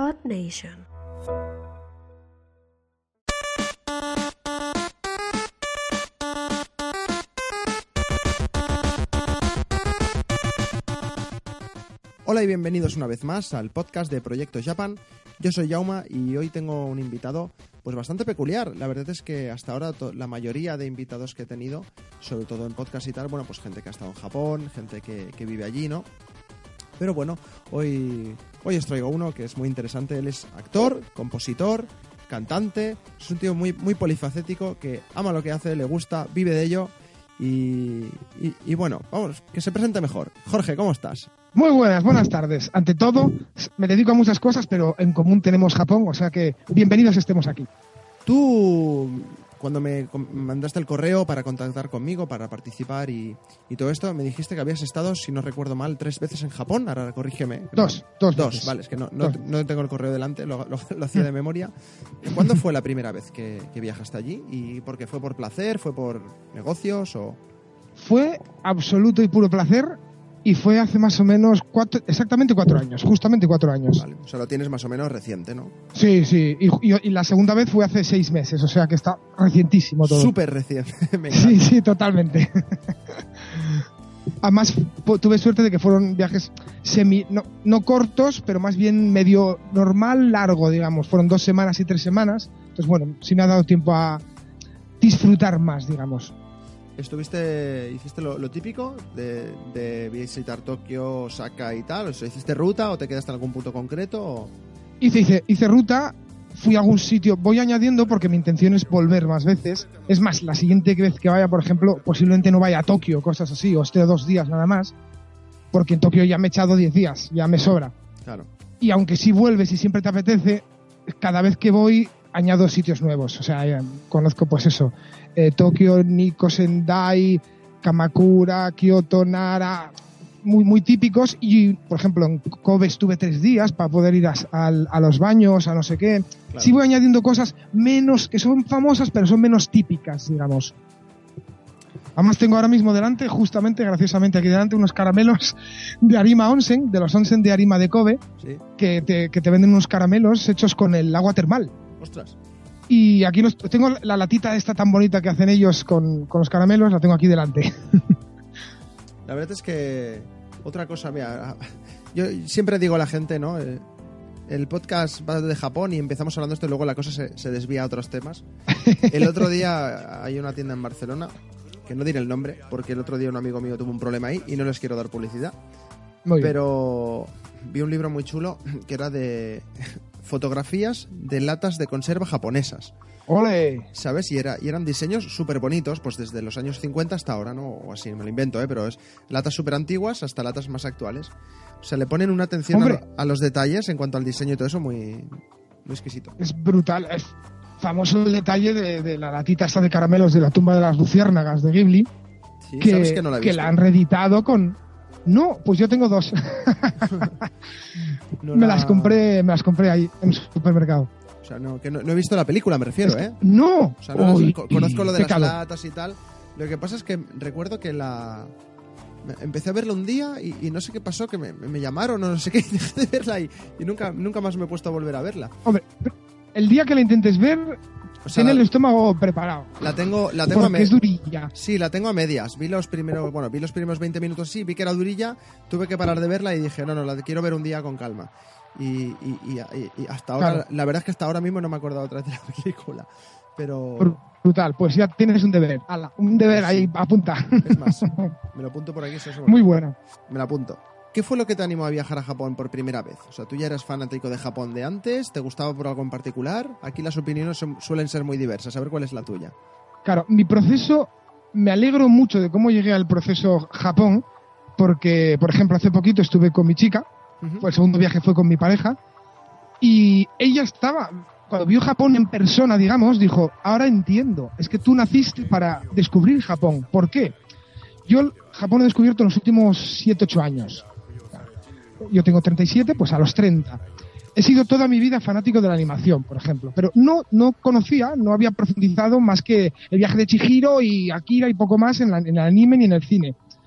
Odd Nation. Hola y bienvenidos una vez más al podcast de Proyecto Japan. Yo soy Jauma y hoy tengo un invitado pues bastante peculiar. La verdad es que hasta ahora la mayoría de invitados que he tenido, sobre todo en podcast y tal, bueno, pues gente que ha estado en Japón, gente que vive allí, ¿no? Pero bueno, hoy os traigo uno que es muy interesante. Él es actor, compositor, cantante, es un tío muy polifacético que ama lo que hace, le gusta, vive de ello y bueno, vamos, que se presente mejor. Jorge, ¿cómo estás? Muy buenas tardes. Ante todo, me dedico a muchas cosas, pero en común tenemos Japón, o sea que bienvenidos estemos aquí. Tú, cuando me mandaste el correo para contactar conmigo, para participar y todo esto, me dijiste que habías estado, si no recuerdo mal, 3 veces en Japón. Ahora corrígeme. Dos veces. Vale, es que no tengo el correo delante, lo hacía de memoria. ¿Cuándo fue la primera vez que viajaste allí? ¿Y por qué? ¿Fue por placer? ¿Fue por negocios? O... Fue absoluto y puro placer. Y fue hace más o menos exactamente 4 años, justamente 4 años. Vale, o sea, lo tienes más o menos reciente, ¿no? Sí, y la segunda vez fue hace 6 meses, o sea que está recientísimo todo. Súper reciente, me encanta. Sí, totalmente. Además, tuve suerte de que fueron viajes no cortos, pero más bien medio normal, largo, digamos. Fueron 2 semanas y 3 semanas. Entonces, bueno, sí me ha dado tiempo a disfrutar más, digamos. ¿Hiciste lo típico de visitar Tokio, Osaka y tal? ¿O sea, hiciste ruta o te quedaste en algún punto concreto? O... Hice ruta, fui a algún sitio, voy añadiendo porque mi intención es volver más veces. Es más, la siguiente vez que vaya, por ejemplo, posiblemente no vaya a Tokio, cosas así, o esté 2 días nada más, porque en Tokio ya me he echado 10 días, ya me sobra. Claro. Y aunque sí vuelves y siempre te apetece, cada vez que voy añado sitios nuevos, o sea, conozco pues eso, Tokio, Nikko, Sendai, Kamakura, Kyoto, Nara, muy típicos. Y por ejemplo en Kobe estuve 3 días para poder ir a los baños, a no sé qué. Claro. Sí voy añadiendo cosas menos, que son famosas pero son menos típicas, digamos. Además tengo ahora mismo delante, justamente, graciosamente aquí delante, unos caramelos de Arima Onsen, de los Onsen de Arima de Kobe, ¿sí? que te venden unos caramelos hechos con el agua termal. ¡Ostras! Y aquí tengo la latita esta tan bonita que hacen ellos con los caramelos, la tengo aquí delante. La verdad es que otra cosa, mira, yo siempre digo a la gente, ¿no? El podcast va de Japón y empezamos hablando de esto y luego la cosa se desvía a otros temas. El otro día hay una tienda en Barcelona, que no diré el nombre, porque el otro día un amigo mío tuvo un problema ahí y no les quiero dar publicidad. Pero vi un libro muy chulo que era de fotografías de latas de conserva japonesas. ¡Ole! ¿Sabes? Y eran diseños súper bonitos, pues desde los años 50 hasta ahora, ¿no? O así, me lo invento, pero es latas súper antiguas hasta latas más actuales. O sea, le ponen una atención a los detalles en cuanto al diseño y todo eso muy exquisito. Es brutal. Es famoso el detalle de la latita esta de caramelos de la tumba de las luciérnagas de Ghibli. Sí, ¿sabes que no la he visto? Que la han reeditado con... No, pues yo tengo 2. Me las compré ahí en el supermercado. O sea, no he visto la película, me refiero, ¿eh? No. O sea, conozco lo de las latas y tal. Lo que pasa es que recuerdo que empecé a verla un día y no sé qué pasó, que me llamaron o no sé qué, y dejé de verla y nunca más me he puesto a volver a verla. Hombre, el día que la intentes ver... O sea, tiene el estómago preparado. La tengo a medias. Es durilla. Sí, la tengo a medias. Vi los primeros 20 minutos, sí, vi que era durilla, tuve que parar de verla y dije, no, la quiero ver un día con calma. Y hasta ahora, claro. La verdad es que hasta ahora mismo no me he acordado otra vez de la película. Pero... Brutal, pues ya tienes un deber. Un deber ahí, apunta. Es más, me lo apunto por aquí. Muy bueno. Me lo apunto. ¿Qué fue lo que te animó a viajar a Japón por primera vez? O sea, ¿tú ya eras fanático de Japón de antes? ¿Te gustaba por algo en particular? Aquí las opiniones suelen ser muy diversas. A ver cuál es la tuya. Claro, mi proceso... Me alegro mucho de cómo llegué al proceso Japón, porque, por ejemplo, hace poquito estuve con mi chica, el segundo viaje fue con mi pareja, y ella cuando vio Japón en persona, digamos, dijo, ahora entiendo, es que tú naciste para descubrir Japón. ¿Por qué? Yo Japón he descubierto en los últimos 7-8 años. Yo tengo 37, pues a los 30. He sido toda mi vida fanático de la animación, por ejemplo, pero no conocía, no había profundizado más que el viaje de Chihiro y Akira y poco más en el anime ni en el cine.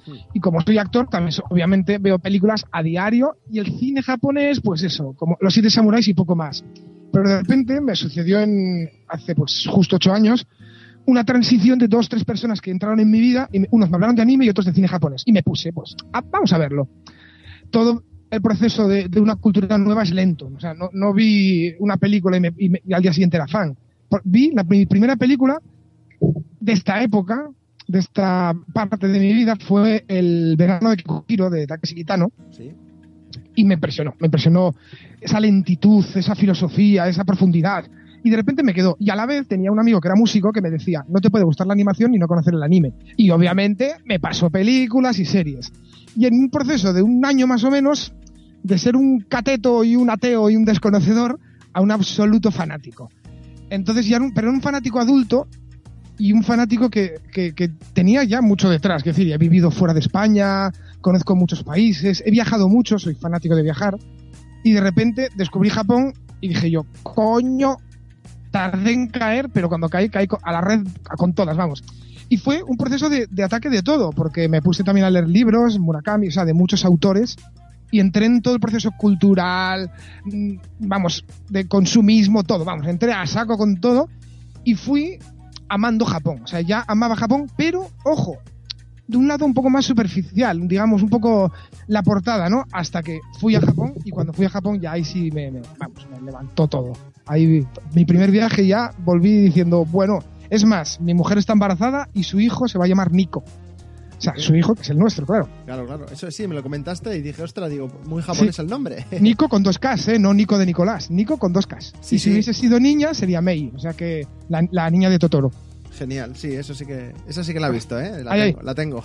Y como soy actor, también obviamente veo películas a diario, y el cine japonés, pues eso, como Los 7 samuráis y poco más. Pero de repente me sucedió hace pues justo 8 años una transición de 2-3 personas que entraron en mi vida, y unos me hablaron de anime y otros de cine japonés. Y me puse, pues, vamos a verlo. Todo el proceso de una cultura nueva es lento. O sea, no vi una película y al día siguiente era fan. Vi mi primera película de esta época, de esta parte de mi vida, fue El verano de Kikuhiro, de Takeshi Kitano. ¿Sí? Y me impresionó esa lentitud, esa filosofía, esa profundidad. Y de repente me quedó. Y a la vez tenía un amigo que era músico que me decía, no te puede gustar la animación y no conocer el anime. Y obviamente me pasó películas y series. Y en un proceso de un año más o menos, de ser un cateto y un ateo y un desconocedor, a un absoluto fanático. Entonces pero un fanático adulto, y un fanático que tenía ya mucho detrás. Es decir, he vivido fuera de España, conozco muchos países, he viajado mucho, soy fanático de viajar. Y de repente descubrí Japón y dije yo, coño, tardé en caer, pero cuando caí a la red con todas, vamos. Y fue un proceso de ataque de todo, porque me puse también a leer libros, Murakami, o sea, de muchos autores, y entré en todo el proceso cultural, vamos, de consumismo, todo, vamos, entré a saco con todo y fui amando Japón. O sea, ya amaba Japón, pero, ojo, de un lado un poco más superficial, digamos, un poco la portada, ¿no? Hasta que fui a Japón, y cuando fui a Japón ya ahí sí me levantó todo. Ahí mi primer viaje ya volví diciendo, bueno, es más, mi mujer está embarazada y su hijo se va a llamar Nico. O sea, su hijo, que es el nuestro, claro. Claro. Eso sí, me lo comentaste y dije, ostras, digo, muy japonés el nombre. Nico con 2 Ks, no Nico de Nicolás. Nico con 2 Ks. Sí, y si hubiese sido niña, sería Mei. O sea que la niña de Totoro. Genial, sí, esa sí que la he visto, ¿eh? La tengo.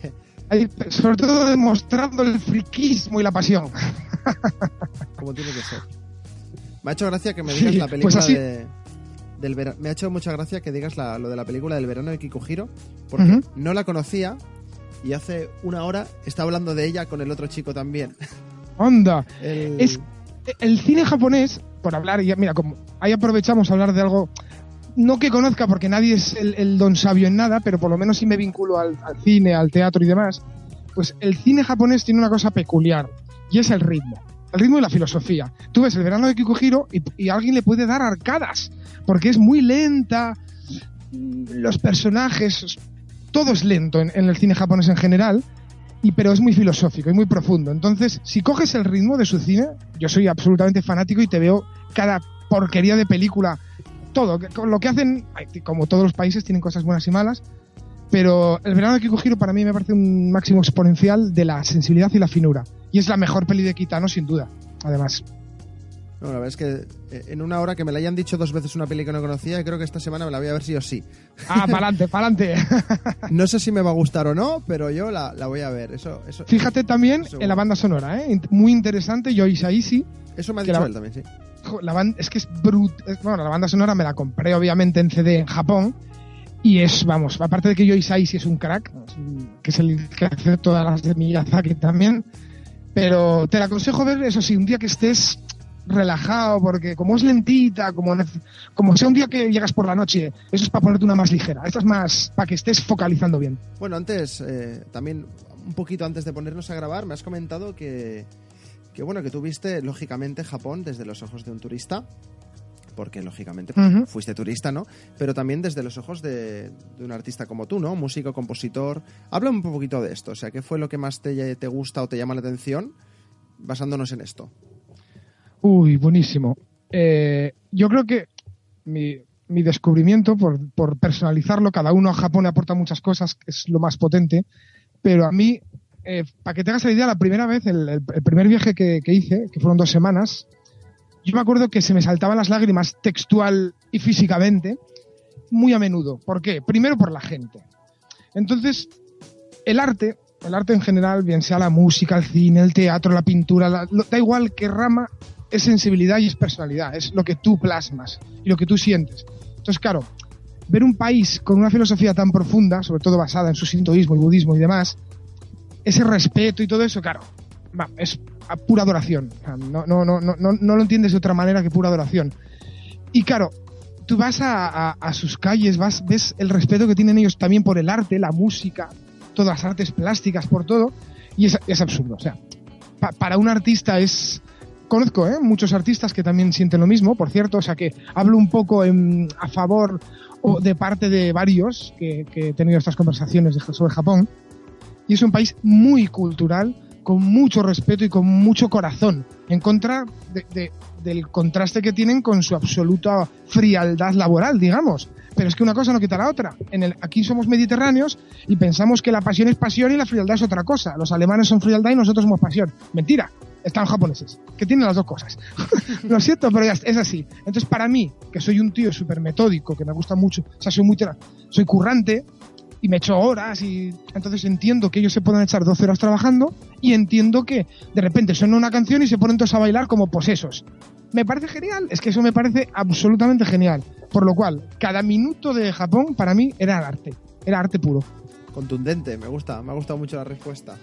Sobre todo demostrando el friquismo y la pasión. Como tiene que ser. Me ha hecho gracia que me digas la película pues así... del verano. Me ha hecho mucha gracia que digas lo de la película del verano de Kikuhiro, porque no la conocía y hace una hora estaba hablando de ella con el otro chico también. ¡Onda! Es el cine japonés, por hablar, y mira, como ahí aprovechamos a hablar de algo, no que conozca porque nadie es el don sabio en nada, pero por lo menos sí me vinculo al cine, al teatro y demás. Pues el cine japonés tiene una cosa peculiar, y es el ritmo y la filosofía. Tú ves el verano de Kikuhiro y a alguien le puede dar arcadas, porque es muy lenta, los personajes, todo es lento en el cine japonés en general, pero es muy filosófico y muy profundo. Entonces, si coges el ritmo de su cine, yo soy absolutamente fanático y te veo cada porquería de película, todo, con lo que hacen, como todos los países, tienen cosas buenas y malas, pero el verano de Kikuhiro para mí me parece un máximo exponencial de la sensibilidad y la finura. Y es la mejor peli de Kitano, sin duda, además. No, la verdad es que en una hora que me la hayan dicho 2 veces una peli que no conocía, creo que esta semana me la voy a ver sí o sí. Pa'lante. No sé si me va a gustar o no, pero yo la voy a ver. Eso. Fíjate también en la banda sonora, muy interesante, Yoi Isai. Eso me ha dicho él también, sí. Es que es bueno, la banda sonora me la compré obviamente en CD en Japón. Y vamos, aparte de que Yoi Isai es un crack, que es el que hace todas las de Miyazaki también, pero te la aconsejo ver, eso sí, un día que estés relajado, porque como es lentita, como sea un día que llegas por la noche, eso es para ponerte una más ligera, esto es más para que estés focalizando bien. Bueno, antes, también un poquito antes de ponernos a grabar, me has comentado que tú viste, lógicamente, Japón desde los ojos de un turista, porque lógicamente fuiste turista, ¿no? Pero también desde los ojos de un artista como tú, ¿no? Músico, compositor. Habla un poquito de esto, o sea, ¿qué fue lo que más te gusta o te llama la atención basándonos en esto? Uy, buenísimo. Yo creo que mi descubrimiento, por personalizarlo, cada uno a Japón le aporta muchas cosas, que es lo más potente, pero a mí, para que te hagas la idea, la primera vez, el primer viaje que hice, que fueron 2 semanas, yo me acuerdo que se me saltaban las lágrimas textual y físicamente muy a menudo. ¿Por qué? Primero por la gente. Entonces, el arte en general, bien sea la música, el cine, el teatro, la pintura, da igual qué rama, es sensibilidad y es personalidad. Es lo que tú plasmas y lo que tú sientes. Entonces, claro, ver un país con una filosofía tan profunda, sobre todo basada en su sintoísmo y budismo y demás, ese respeto y todo eso, claro, es a pura adoración. No lo entiendes de otra manera que pura adoración. Y claro, tú vas a sus calles, ves el respeto que tienen ellos también por el arte, la música, todas las artes plásticas, por todo, y es absurdo. O sea, para un artista es... Conozco muchos artistas que también sienten lo mismo, por cierto, o sea que hablo un poco a favor o de parte de varios que he tenido estas conversaciones sobre Japón, y es un país muy cultural, con mucho respeto y con mucho corazón, en contra del contraste que tienen con su absoluta frialdad laboral, digamos. Pero es que una cosa no quita la otra. Aquí somos mediterráneos y pensamos que la pasión es pasión y la frialdad es otra cosa. Los alemanes son frialdad y nosotros somos pasión. Mentira. Están los japoneses, que tienen las dos cosas. Lo siento, pero es así. Entonces, para mí, que soy un tío súper metódico, que me gusta mucho, o sea, soy currante y me echo horas, y entonces entiendo que ellos se puedan echar 12 horas trabajando, y entiendo que de repente suena una canción y se ponen todos a bailar como posesos. Me parece genial, es que eso me parece absolutamente genial. Por lo cual, cada minuto de Japón para mí era arte puro. Contundente, me ha gustado mucho la respuesta.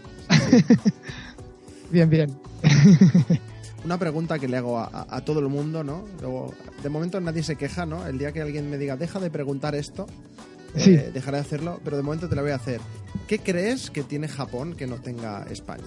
Bien. Una pregunta que le hago a todo el mundo, ¿no? Luego, de momento nadie se queja, ¿no? El día que alguien me diga, deja de preguntar esto, sí, dejaré de hacerlo, pero de momento te la voy a hacer. ¿Qué crees que tiene Japón que no tenga España?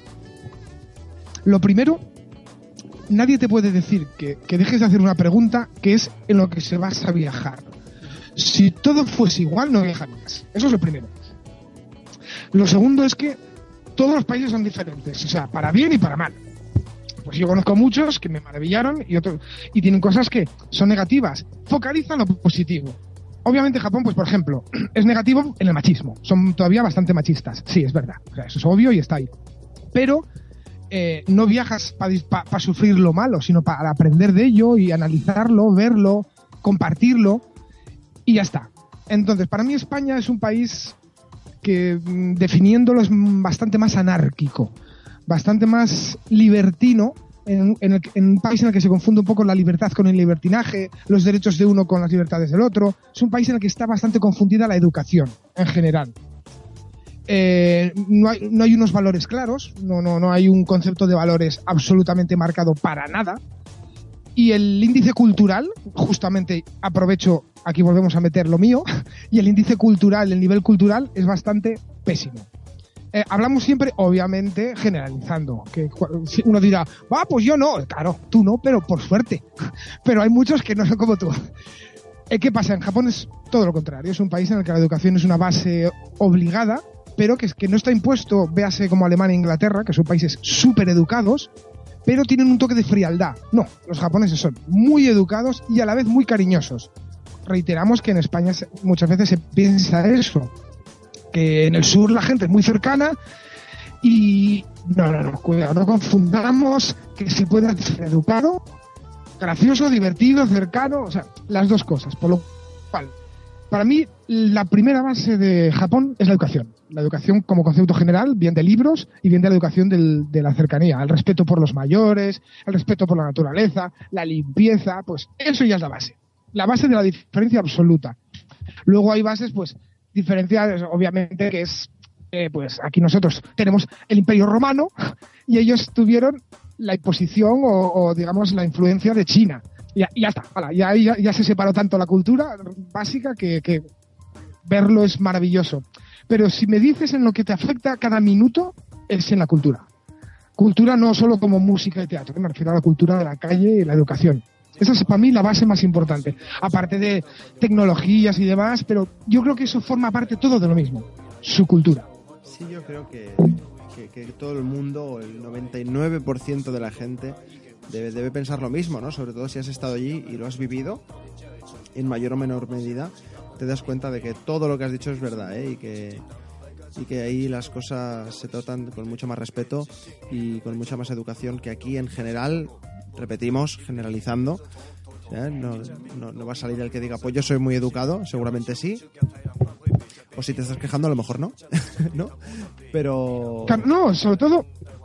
Lo primero, nadie te puede decir que dejes de hacer una pregunta que es en lo que se vas a viajar. Si todo fuese igual, no viajarías. Eso es lo primero. Lo segundo es que todos los países son diferentes, o sea, para bien y para mal. Pues yo conozco muchos que me maravillaron y tienen cosas que son negativas. Focalizan lo positivo. Obviamente Japón, pues por ejemplo, es negativo en el machismo. Son todavía bastante machistas. Sí, es verdad. O sea, eso es obvio y está ahí. Pero no viajas para sufrir lo malo, sino para aprender de ello y analizarlo, verlo, compartirlo y ya está. Entonces, para mí España es un país que, definiéndolo, es bastante más anárquico, bastante más libertino, en un país en el que se confunde un poco la libertad con el libertinaje, los derechos de uno con las libertades del otro. Es un país en el que está bastante confundida la educación en general. No hay unos valores claros, no hay un concepto de valores absolutamente marcado para nada. Y el índice cultural, justamente aprovecho, aquí volvemos a meter lo mío, y el índice cultural, el nivel cultural es bastante pésimo. Hablamos siempre, obviamente, generalizando, que uno dirá, pues yo no, claro, tú no, pero por suerte. Pero hay muchos que no son como tú. ¿Qué pasa? En Japón es todo lo contrario, es un país en el que la educación es una base obligada, pero que no está impuesto, véase como Alemania e Inglaterra, que son países súper educados, pero tienen un toque de frialdad. No, los japoneses son muy educados y a la vez muy cariñosos. Reiteramos que en España muchas veces se piensa eso, que en el sur la gente es muy cercana y no, cuidado, no confundamos que se pueda ser educado, gracioso, divertido, cercano, o sea, las dos cosas. Por lo cual, para mí, la primera base de Japón es la educación. La educación como concepto general, bien de libros y bien de la educación de la cercanía, el respeto por los mayores, el respeto por la naturaleza, la limpieza, pues eso ya es la base. La base de la diferencia absoluta. Luego hay bases, pues, diferenciales, obviamente, que es, pues, aquí nosotros tenemos el Imperio Romano y ellos tuvieron la imposición o digamos, la influencia de China. Y ya está, ya se separó tanto la cultura básica que verlo es maravilloso. Pero si me dices en lo que te afecta cada minuto, es en la cultura. Cultura no solo como música y teatro, me refiero a la cultura de la calle y la educación. Esa es para mí la base más importante, aparte de tecnologías y demás, pero yo creo que eso forma parte todo de lo mismo, su cultura. Sí, yo creo que todo el mundo, el 99% de la gente debe pensar lo mismo, ¿no? Sobre todo si has estado allí y lo has vivido en mayor o menor medida, te das cuenta de que todo lo que has dicho es verdad, ¿eh? y que ahí las cosas se tratan con mucho más respeto y con mucha más educación que aquí en general. Repetimos, generalizando, ¿eh? No va a salir el que diga, pues yo soy muy educado, seguramente sí, o si te estás quejando a lo mejor no. ¿No? Pero no, sobre todo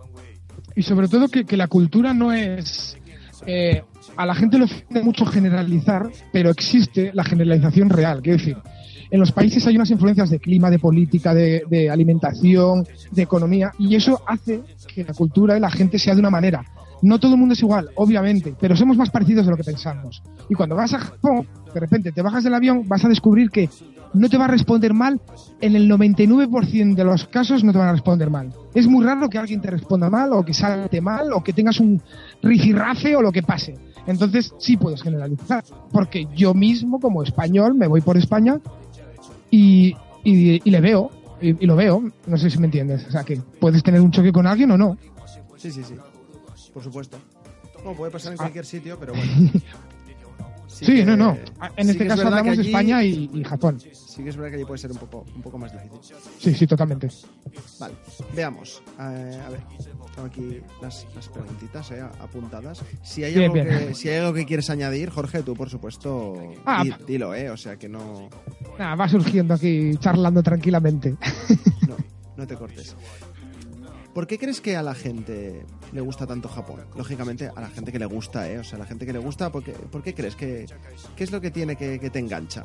que la cultura no es a la gente le ofende mucho generalizar, pero existe la generalización real. Quiero decir, en los países hay unas influencias de clima, de política, de alimentación, de economía, y eso hace que la cultura y la gente sea de una manera. No todo el mundo es igual, obviamente, pero somos más parecidos de lo que pensamos. Y cuando vas a Japón, de repente te bajas del avión, vas a descubrir que no te va a responder mal. En el 99% de los casos no te van a responder mal. Es muy raro que alguien te responda mal, o que salte mal, o que tengas un rifirrafe o lo que pase. Entonces sí puedes generalizar, porque yo mismo como español me voy por España y le veo, y lo veo, no sé si me entiendes, o sea que puedes tener un choque con alguien o no. Sí, por supuesto. No, puede pasar en cualquier sitio, pero bueno. Sí, no. En este caso hablamos de España y Japón. Sí que es verdad que allí puede ser un poco más difícil. Sí, totalmente. Vale, veamos. A ver, tengo aquí las preguntitas apuntadas. Si hay algo que quieres añadir, Jorge, tú por supuesto dilo, o sea que no... Nada, va surgiendo aquí charlando tranquilamente. No te cortes. ¿Por qué crees que a la gente le gusta tanto Japón? Lógicamente, a la gente que le gusta, O sea, a la gente que le gusta, ¿por qué crees? ¿Qué es lo que tiene que te engancha?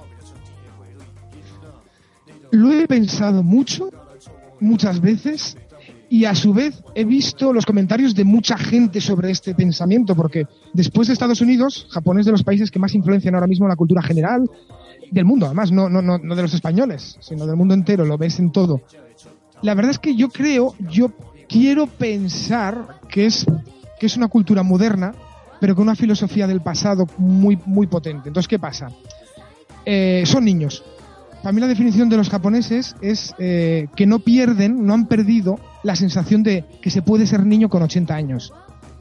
Lo he pensado muchas veces, y a su vez he visto los comentarios de mucha gente sobre este pensamiento, porque después de Estados Unidos, Japón es de los países que más influencian ahora mismo en la cultura general del mundo, además, no de los españoles, sino del mundo entero, lo ves en todo. La verdad es que yo quiero pensar que es una cultura moderna, pero con una filosofía del pasado muy, muy potente. Entonces, ¿qué pasa? Son niños. Para mí la definición de los japoneses es que no han perdido la sensación de que se puede ser niño con 80 años.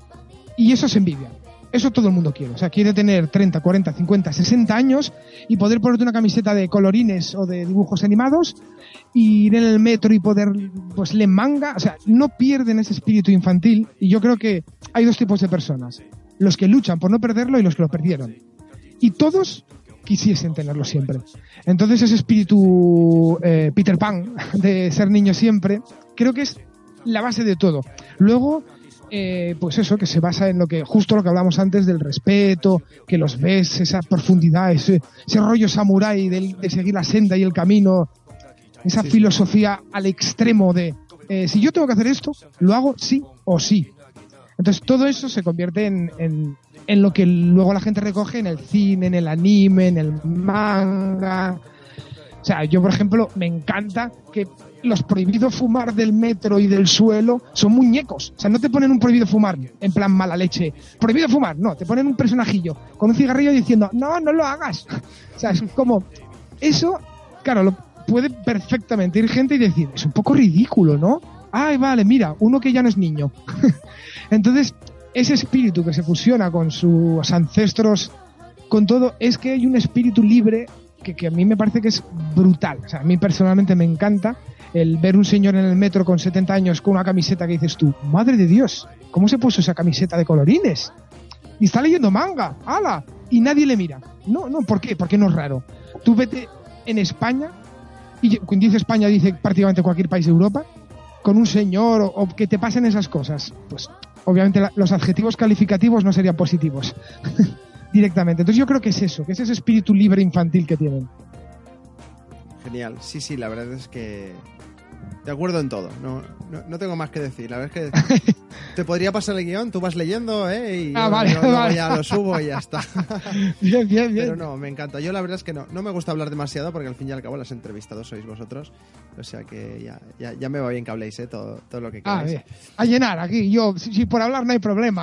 Y eso es envidia. Eso todo el mundo quiere. O sea, quiere tener 30, 40, 50, 60 años y poder ponerte una camiseta de colorines o de dibujos animados y ir en el metro y poder, pues, leer manga. O sea, no pierden ese espíritu infantil, y yo creo que hay dos tipos de personas: los que luchan por no perderlo y los que lo perdieron. Y todos quisiesen tenerlo siempre. Entonces ese espíritu Peter Pan de ser niño siempre, creo que es la base de todo. Luego, pues eso, que se basa en justo lo que hablamos antes del respeto, que los ves, esa profundidad, ese rollo samurái de seguir la senda y el camino, esa filosofía al extremo de si yo tengo que hacer esto, lo hago sí o sí. Entonces todo eso se convierte en lo que luego la gente recoge en el cine, en el anime, en el manga. O sea, yo por ejemplo me encanta que los prohibidos fumar del metro y del suelo son muñecos. O sea, no te ponen un prohibido fumar en plan mala leche. Prohibido fumar, no, te ponen un personajillo con un cigarrillo diciendo no lo hagas. O sea, es como eso, claro, lo puede perfectamente ir gente y decir, es un poco ridículo, ¿no? Ay, vale, mira, uno que ya no es niño. Entonces, ese espíritu que se fusiona con sus ancestros, con todo, es que hay un espíritu libre que a mí me parece que es brutal. O sea, a mí personalmente me encanta el ver un señor en el metro con 70 años con una camiseta que dices tú, madre de Dios, ¿cómo se puso esa camiseta de colorines? Y está leyendo manga, ¡hala! Y nadie le mira. No, ¿por qué? Porque no es raro. Tú vete en España, y cuando dice España dice prácticamente cualquier país de Europa, con un señor o que te pasen esas cosas, pues obviamente los adjetivos calificativos no serían positivos directamente. Entonces yo creo que es eso, que es ese espíritu libre infantil que tienen. Genial, sí, la verdad es que de acuerdo en todo, no tengo más que decir. La verdad es que te podría pasar el guión, tú vas leyendo, y vale. Ya lo subo y ya está. Bien. Pero no, me encanta. Yo la verdad es que no me gusta hablar demasiado, porque al fin y al cabo las entrevistados sois vosotros, o sea que ya me va bien que habléis, todo lo que queráis. Bien. A llenar aquí, yo, si por hablar no hay problema.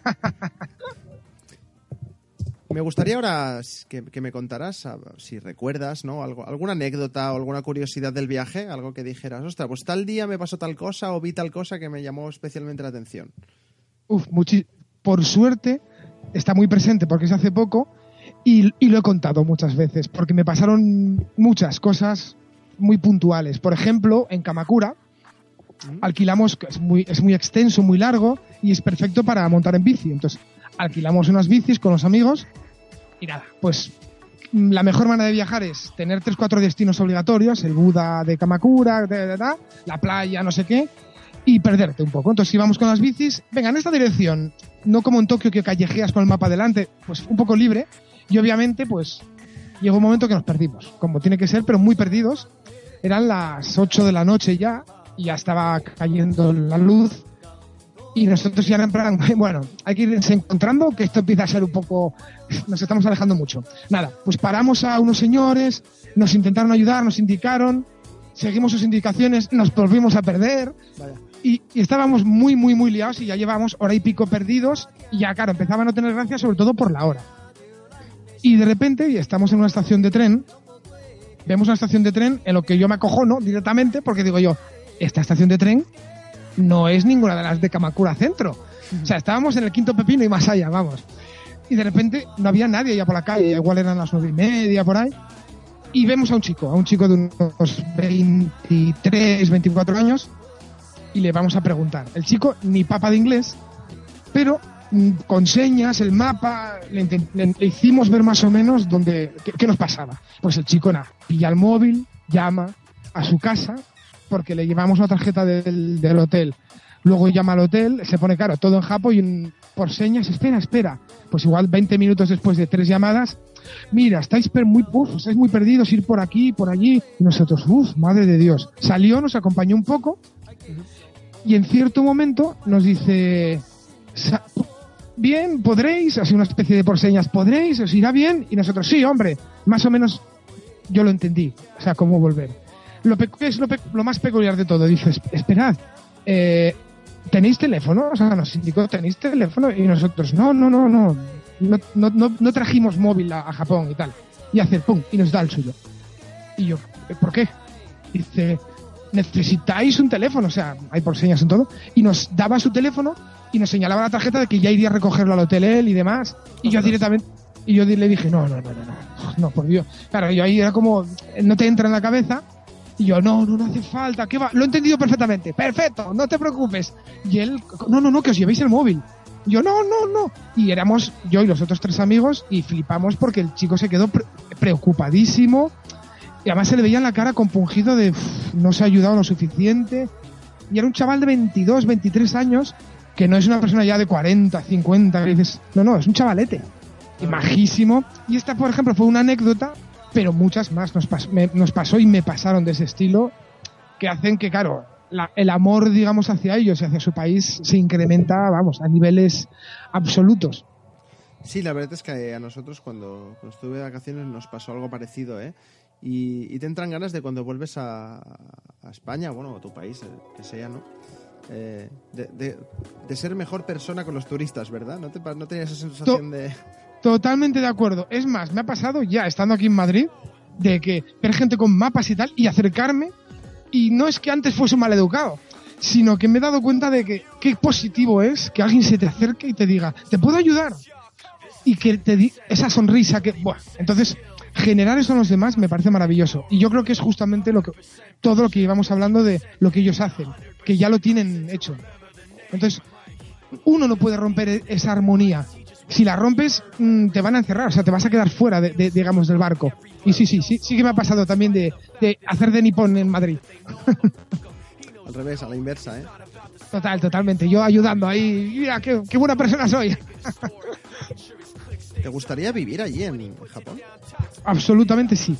Me gustaría ahora que me contaras, si recuerdas, ¿no? Alguna anécdota o alguna curiosidad del viaje, algo que dijeras, ostras, pues tal día me pasó tal cosa o vi tal cosa que me llamó especialmente la atención. Por suerte está muy presente porque es hace poco y lo he contado muchas veces porque me pasaron muchas cosas muy puntuales. Por ejemplo, en Kamakura alquilamos, es muy extenso, muy largo y es perfecto para montar en bici. Entonces alquilamos unas bicis con los amigos y nada, pues la mejor manera de viajar es tener 3-4 destinos obligatorios, el Buda de Kamakura, la playa, no sé qué, y perderte un poco. Entonces íbamos con las bicis, venga, en esta dirección, no como en Tokio que callejeas con el mapa delante, pues un poco libre, y obviamente pues llegó un momento que nos perdimos, como tiene que ser, pero muy perdidos. Eran las 8 de la noche ya, y ya estaba cayendo la luz. Y nosotros ya en plan, bueno, hay que irse encontrando, que esto empieza a ser un poco... Nos estamos alejando mucho. Nada, pues paramos a unos señores, nos intentaron ayudar, nos indicaron, seguimos sus indicaciones, nos volvimos a perder. Vaya. Y estábamos muy, muy, muy liados y ya llevábamos hora y pico perdidos y ya, claro, empezaba a no tener gracia, sobre todo por la hora. Y de repente, y estamos en una estación de tren, vemos una estación de tren en lo que yo me acojono directamente porque digo yo, esta estación de tren no es ninguna de las de Kamakura Centro. O sea, estábamos en el Quinto Pepino y más allá, vamos. Y de repente no había nadie ya por la calle, igual eran las 9:30 por ahí. Y vemos a un chico de unos 23, 24 años, y le vamos a preguntar. El chico ni papa de inglés, pero con señas, el mapa, le hicimos ver más o menos qué nos pasaba. Pues el chico pilla el móvil, llama a su casa, porque le llevamos una tarjeta del hotel. Luego llama al hotel, se pone claro, todo en japo y por señas, espera. Pues igual 20 minutos después de 3 llamadas, mira, estáis muy perdidos, ir por aquí, por allí. Y nosotros, madre de Dios. Salió, nos acompañó un poco y en cierto momento nos dice, bien, podréis, así una especie de por señas, podréis, os irá bien. Y nosotros, sí, hombre, más o menos yo lo entendí, o sea, cómo volver. Lo más peculiar de todo, dices, esperad, ¿tenéis teléfono? O sea, nos indicó, ¿tenéis teléfono? Y nosotros, no trajimos móvil a Japón y tal. Y hace pum, y nos da el suyo. Y yo, ¿por qué? Dice, necesitáis un teléfono, o sea, hay por señas en todo. Y nos daba su teléfono y nos señalaba la tarjeta de que ya iría a recogerlo al hotel él y demás. Y yo directamente, le dije, no, por Dios. Claro, yo ahí era como, no te entra en la cabeza. Y yo, no hace falta, ¿qué va? Lo he entendido perfectamente. Perfecto, no te preocupes. Y él, no, que os llevéis el móvil. Y yo, no. Y éramos yo y los otros 3 amigos y flipamos porque el chico se quedó preocupadísimo. Y además se le veía en la cara compungido de no se ha ayudado lo suficiente. Y era un chaval de 22, 23 años, que no es una persona ya de 40, 50, que dices, no, es un chavalete. Y majísimo. Y esta, por ejemplo, fue una anécdota, pero muchas más nos pasó y me pasaron de ese estilo, que hacen que, claro, el amor, digamos, hacia ellos y hacia su país se incrementa, vamos, a niveles absolutos. Sí, la verdad es que a nosotros cuando estuve de vacaciones nos pasó algo parecido, ¿eh? Y te entran ganas de cuando vuelves a España, bueno, o a tu país, que sea, ¿no? De ser mejor persona con los turistas, ¿verdad? ¿No tenías esa sensación de...? Totalmente de acuerdo. Es más, me ha pasado ya estando aquí en Madrid de que ver gente con mapas y tal y acercarme, y no es que antes fuese un maleducado, sino que me he dado cuenta de que qué positivo es que alguien se te acerque y te diga, ¿te puedo ayudar? Y que te di esa sonrisa que, bueno, entonces generar eso en los demás me parece maravilloso. Y yo creo que es justamente todo lo que íbamos hablando de lo que ellos hacen, que ya lo tienen hecho. Entonces, uno no puede romper esa armonía. Si la rompes, te van a encerrar, o sea, te vas a quedar fuera, digamos, del barco. Y sí que me ha pasado también de hacer de nipón en Madrid. Al revés, a la inversa, ¿eh? Totalmente. Yo ayudando ahí, mira, qué buena persona soy. ¿Te gustaría vivir allí en Japón? Absolutamente sí.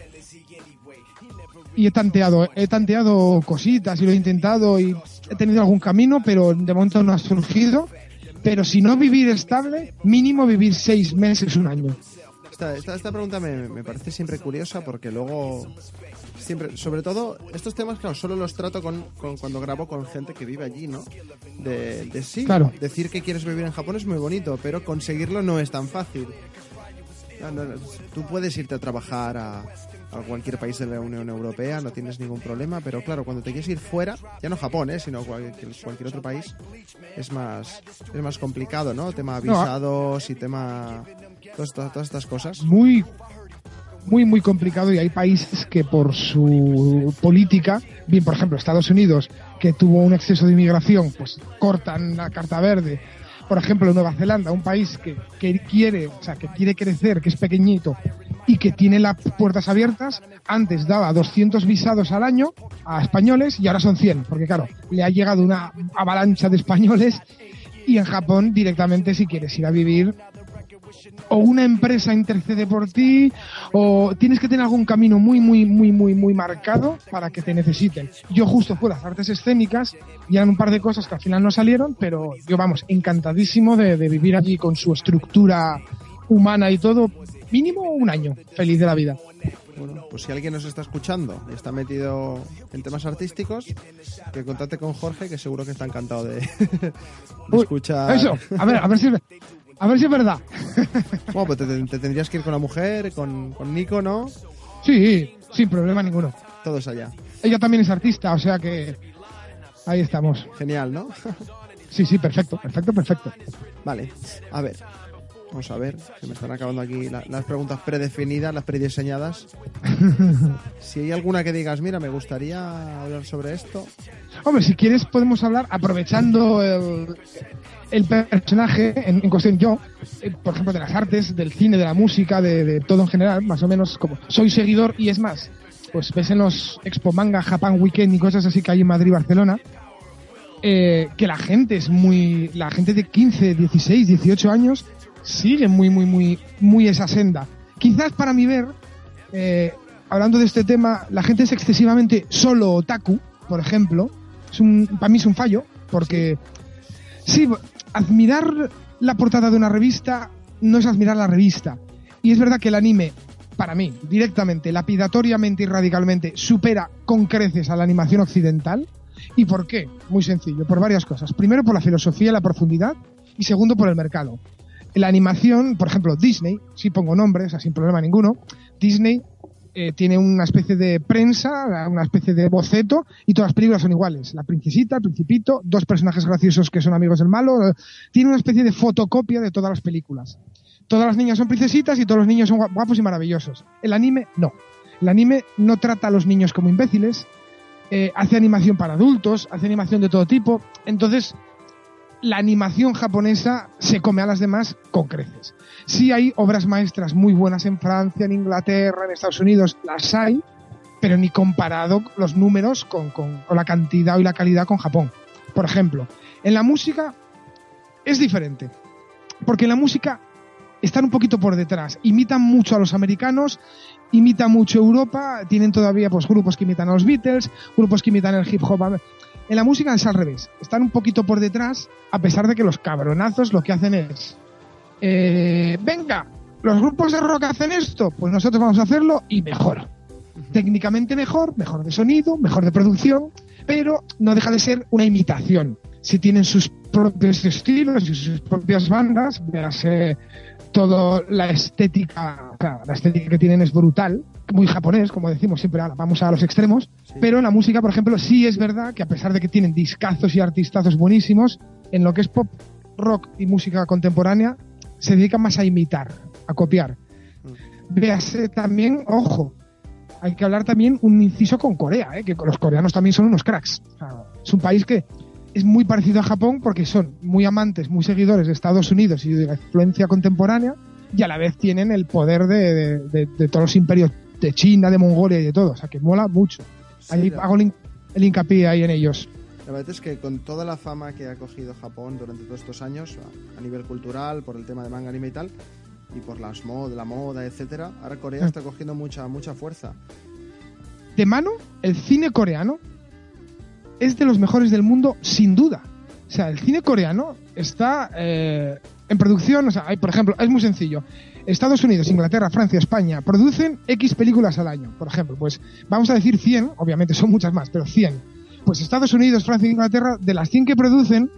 Y he tanteado cositas y lo he intentado y he tenido algún camino, pero de momento no ha surgido. Pero si no vivir estable, mínimo vivir 6 meses, 1 año. Esta pregunta me parece siempre curiosa porque luego, siempre, sobre todo, estos temas, claro, solo los trato cuando grabo con gente que vive allí, ¿no? Sí, claro. Decir que quieres vivir en Japón es muy bonito, pero conseguirlo no es tan fácil. Tú puedes irte a trabajar a cualquier país de la Unión Europea, no tienes ningún problema, pero claro, cuando te quieres ir fuera, ya no Japón, sino cualquier otro país, es más complicado, ¿no? Tema visados y tema todas estas cosas. Muy complicado, y hay países que por su política, bien, por ejemplo, Estados Unidos, que tuvo un exceso de inmigración, pues cortan la carta verde. Por ejemplo, Nueva Zelanda, un país que quiere crecer, que es pequeñito y que tiene las puertas abiertas, antes daba 200 visados al año a españoles y ahora son 100, porque claro, le ha llegado una avalancha de españoles, y en Japón directamente, si quieres ir a vivir, o una empresa intercede por ti, o tienes que tener algún camino muy marcado para que te necesiten. Yo justo fue las artes escénicas y eran un par de cosas que al final no salieron, pero yo, vamos, encantadísimo de vivir allí con su estructura humana y todo, mínimo un año, feliz de la vida. Bueno, pues si alguien nos está escuchando y está metido en temas artísticos, que contacte con Jorge, que seguro que está encantado de escuchar. Eso, a ver si es verdad. Bueno, pues te tendrías que ir con la mujer, con Nico, ¿no? Sí, sin problema ninguno. Todos allá. Ella también es artista, o sea que ahí estamos. Genial, ¿no? Sí, perfecto. Vale, a ver. Vamos a ver, se me están acabando aquí las preguntas predefinidas, las prediseñadas. Si hay alguna que digas, mira, me gustaría hablar sobre esto. Hombre, si quieres podemos hablar, aprovechando el personaje en cuestión, yo, por ejemplo, de las artes, del cine, de la música, de todo en general, más o menos, como soy seguidor, y es más, pues ves en los Expo Manga, Japan Weekend y cosas así que hay en Madrid y Barcelona, que la gente de 15, 16, 18 años sigue muy esa senda. Quizás para mi ver, hablando de este tema, la gente es excesivamente solo otaku, por ejemplo. Para mí es un fallo, porque sí, admirar la portada de una revista no es admirar la revista. Y es verdad que el anime, para mí, directamente, lapidatoriamente y radicalmente, supera con creces a la animación occidental. ¿Y por qué? Muy sencillo, por varias cosas. Primero, por la filosofía y la profundidad, y segundo, por el mercado. La animación, por ejemplo, Disney, sí pongo nombres, sin problema ninguno, Disney tiene una especie de prensa, una especie de boceto, y todas las películas son iguales. La princesita, el principito, dos personajes graciosos que son amigos del malo, tiene una especie de fotocopia de todas las películas. Todas las niñas son princesitas y todos los niños son guapos y maravillosos. El anime, no. El anime no trata a los niños como imbéciles, hace animación para adultos, hace animación de todo tipo, entonces la animación japonesa se come a las demás con creces. Sí hay obras maestras muy buenas en Francia, en Inglaterra, en Estados Unidos, las hay, pero ni comparado los números con la cantidad y la calidad con Japón. Por ejemplo, en la música es diferente, porque en la música están un poquito por detrás, imitan mucho a los americanos, imitan mucho Europa, tienen todavía pues grupos que imitan a los Beatles, grupos que imitan el hip hop. En la música es al revés, están un poquito por detrás, a pesar de que los cabronazos lo que hacen es venga, los grupos de rock hacen esto, pues nosotros vamos a hacerlo y mejor. Técnicamente mejor de sonido, mejor de producción, pero no deja de ser una imitación. Si tienen sus propios estilos y sus propias bandas, véase toda la estética que tienen es brutal, muy japonés, como decimos siempre, vamos a los extremos, sí. Pero en la música, por ejemplo, sí es verdad que a pesar de que tienen discazos y artistazos buenísimos, en lo que es pop, rock y música contemporánea, se dedican más a imitar, a copiar. Véase también, ojo, hay que hablar también un inciso con Corea, que los coreanos también son unos cracks. O sea, es un país que es muy parecido a Japón porque son muy amantes, muy seguidores de Estados Unidos y de la influencia contemporánea, y a la vez tienen el poder de todos los imperios de China, de Mongolia y de todo. O sea, que mola mucho. Sí, ahí hago el hincapié ahí en ellos. La verdad es que con toda la fama que ha cogido Japón durante todos estos años, a nivel cultural, por el tema de manga, anime y tal, y por la moda, etcétera, ahora Corea está cogiendo mucha fuerza. De mano, el cine coreano es de los mejores del mundo, sin duda. O sea, el cine coreano está en producción, o sea, hay, por ejemplo, es muy sencillo. Estados Unidos, Inglaterra, Francia, España producen X películas al año. Por ejemplo, pues vamos a decir 100, obviamente son muchas más, pero 100. Pues Estados Unidos, Francia e Inglaterra, de las 100 que producen,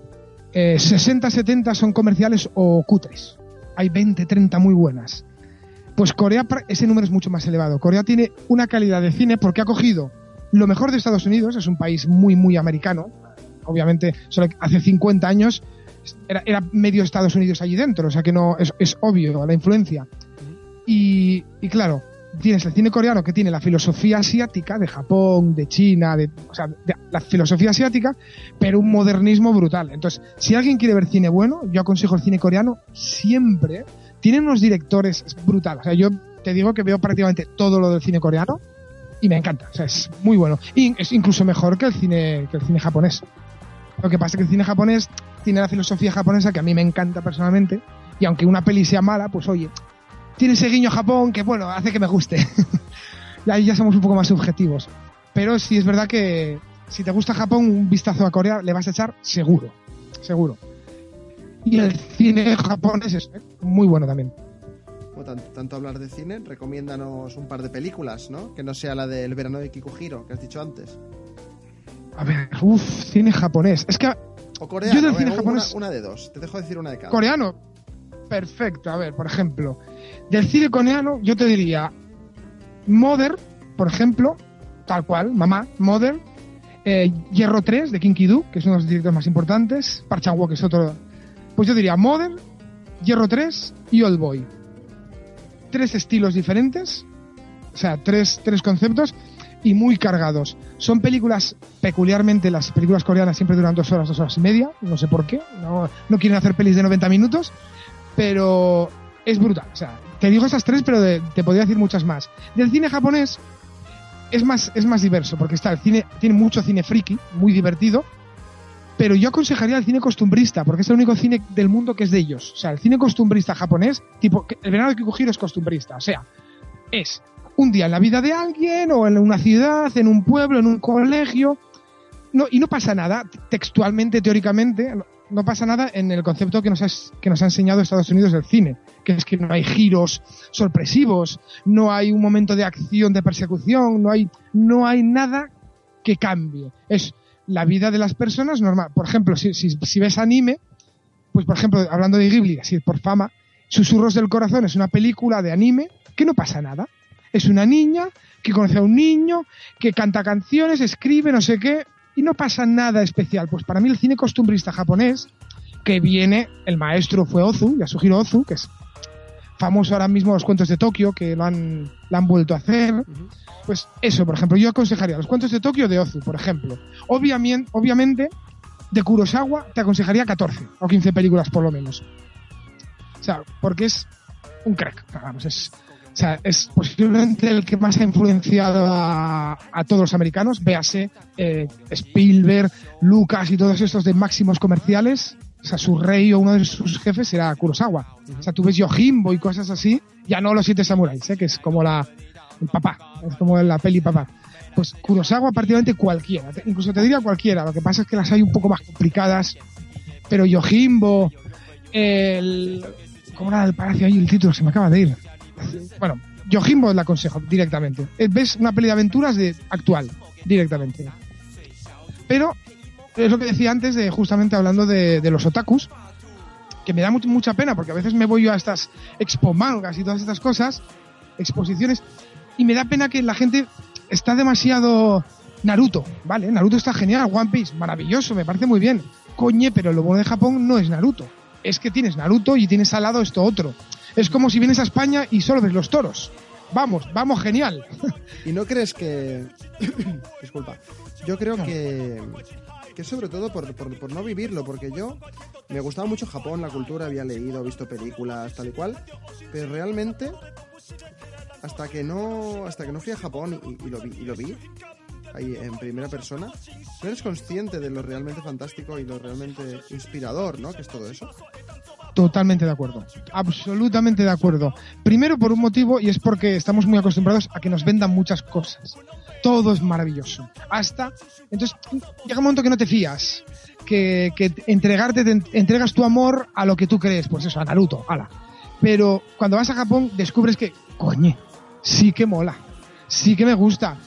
60, 70 son comerciales o cutres. Hay 20, 30 muy buenas. Pues Corea, ese número es mucho más elevado. Corea tiene una calidad de cine porque ha cogido lo mejor de Estados Unidos, es un país muy americano. Obviamente, solo hace 50 años era medio Estados Unidos allí dentro, o sea que no es obvio la influencia. Y claro, tienes el cine coreano que tiene la filosofía asiática de Japón, de China, o sea, la filosofía asiática, pero un modernismo brutal. Entonces, si alguien quiere ver cine bueno, yo aconsejo el cine coreano siempre. Tienen unos directores brutales. O sea, yo te digo que veo prácticamente todo lo del cine coreano y me encanta. O sea, es muy bueno. Y es incluso mejor que el cine japonés. Lo que pasa es que el cine japonés tiene la filosofía japonesa que a mí me encanta personalmente, Y aunque una peli sea mala, pues oye, tiene ese guiño a Japón que, bueno, hace que me guste. Y ahí ya somos un poco más subjetivos. Pero sí es verdad que si te gusta Japón, un vistazo a Corea le vas a echar seguro. Seguro. Y el cine japonés es muy bueno también. Bueno, tanto hablar de cine, recomiéndanos un par de películas, ¿no? Que no sea la del verano de Kikuhiro, que has dicho antes. A ver, cine japonés. Es que... O coreano, yo del cine japonés... una de dos. Te dejo decir una de cada. Coreano. Perfecto. A ver, por ejemplo, del cine coreano yo te diría Mother, por ejemplo, tal cual, mamá, Mother, Hierro 3 de Kim Ki-duk, que es uno de los directores más importantes, Park Chan-wook, que es otro. Pues yo diría Mother, Hierro 3 y Old Boy. 3 estilos diferentes, o sea, tres conceptos y muy cargados. Son películas, peculiarmente las películas coreanas siempre duran 2 horas y media, no sé por qué, no quieren hacer pelis de 90 minutos, pero es brutal. O sea, te digo esas 3, pero te podría decir muchas más. Del cine japonés es más diverso, porque está el cine, tiene mucho cine friki, muy divertido, pero yo aconsejaría el cine costumbrista, porque es el único cine del mundo que es de ellos. O sea, el cine costumbrista japonés, tipo, el verano de Kikuhiro es costumbrista, o sea, es un día en la vida de alguien, o en una ciudad, en un pueblo, en un colegio, y no pasa nada, textualmente, teóricamente, no pasa nada en el concepto que nos ha enseñado Estados Unidos del cine, que es que no hay giros sorpresivos, no hay un momento de acción, de persecución, no hay nada que cambie. Es la vida de las personas normal. Por ejemplo, si ves anime, pues por ejemplo, hablando de Ghibli, así por fama, Susurros del Corazón es una película de anime que no pasa nada. Es una niña que conoce a un niño, que canta canciones, escribe, no sé qué, y no pasa nada especial. Pues para mí el cine costumbrista japonés, que viene, el maestro fue Ozu, Yasuhiro Ozu, que es famoso ahora mismo los cuentos de Tokio, que la han vuelto a hacer. Pues eso, por ejemplo, yo aconsejaría los cuentos de Tokio de Ozu, por ejemplo. Obviamente, de Kurosawa te aconsejaría 14 o 15 películas por lo menos. O sea, porque es un crack, vamos, es posiblemente el que más ha influenciado a todos los americanos, véase Spielberg, Lucas y todos estos de máximos comerciales. O sea, su rey o uno de sus jefes era Kurosawa. O sea, tú ves Yojimbo y cosas así, ya no los 7 samuráis, que es como el papá, es como la peli papá. Pues Kurosawa prácticamente cualquiera, incluso te diría cualquiera, lo que pasa es que las hay un poco más complicadas, pero Yojimbo, ¿cómo era el palacio ahí? El título se me acaba de ir. Bueno, Yojimbo la aconsejo directamente. Ves una peli de aventuras actual, directamente. Pero es lo que decía antes, justamente hablando de los otakus, que me da mucha pena, porque a veces me voy yo a estas expo mangas y todas estas cosas, exposiciones, y me da pena que la gente está demasiado... Naruto, vale, Naruto está genial, One Piece, maravilloso, me parece muy bien. Coñe, pero lo bueno de Japón no es Naruto. Es que tienes Naruto y tienes al lado esto otro. Es como si vienes a España y solo ves los toros. Vamos, genial. ¿Y no crees que... Disculpa. Yo creo que sobre todo por no vivirlo, porque yo me gustaba mucho Japón, la cultura, había leído, visto películas, tal y cual, pero realmente hasta que no fui a Japón y lo vi ahí en primera persona, no eres consciente de lo realmente fantástico y lo realmente inspirador, ¿no? Que es todo eso. Totalmente de acuerdo, absolutamente de acuerdo. Primero por un motivo, y es porque estamos muy acostumbrados a que nos vendan muchas cosas. Todo es maravilloso. Entonces llega un momento que no te fías, que entregas tu amor a lo que tú crees, pues eso, a Naruto, ala. Pero cuando vas a Japón descubres que, coño, sí que mola, sí que me gusta.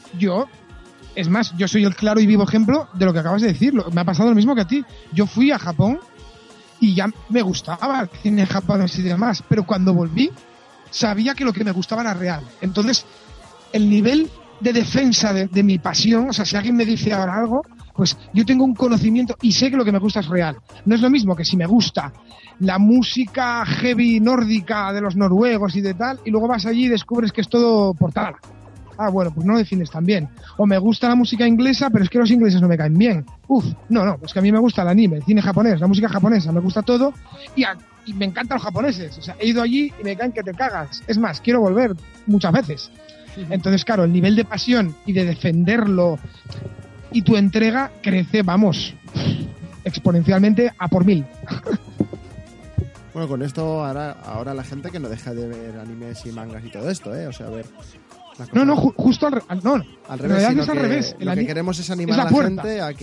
Es más, yo soy el claro y vivo ejemplo de lo que acabas de decir. Me ha pasado lo mismo que a ti. Yo fui a Japón y ya me gustaba el cine japonés y demás, pero cuando volví sabía que lo que me gustaba era real. Entonces, el nivel de defensa de mi pasión, o sea, si alguien me dice ahora algo, pues yo tengo un conocimiento y sé que lo que me gusta es real. No es lo mismo que si me gusta la música heavy nórdica de los noruegos y de tal, y luego vas allí y descubres que es todo portada. Ah, bueno, pues no lo defines tan bien. O me gusta la música inglesa, pero es que los ingleses no me caen bien. No, es que a mí me gusta el anime, el cine japonés, la música japonesa, me gusta todo y me encantan los japoneses. O sea, he ido allí y me caen que te cagas. Es más, quiero volver muchas veces. Entonces, claro, el nivel de pasión y de defenderlo y tu entrega crece, vamos, exponencialmente a por 1000. Bueno, con esto ahora la gente que no deja de ver animes y mangas y todo esto, o sea, a ver... No, justo al revés, sino es al revés. Lo que queremos es animar es a la gente a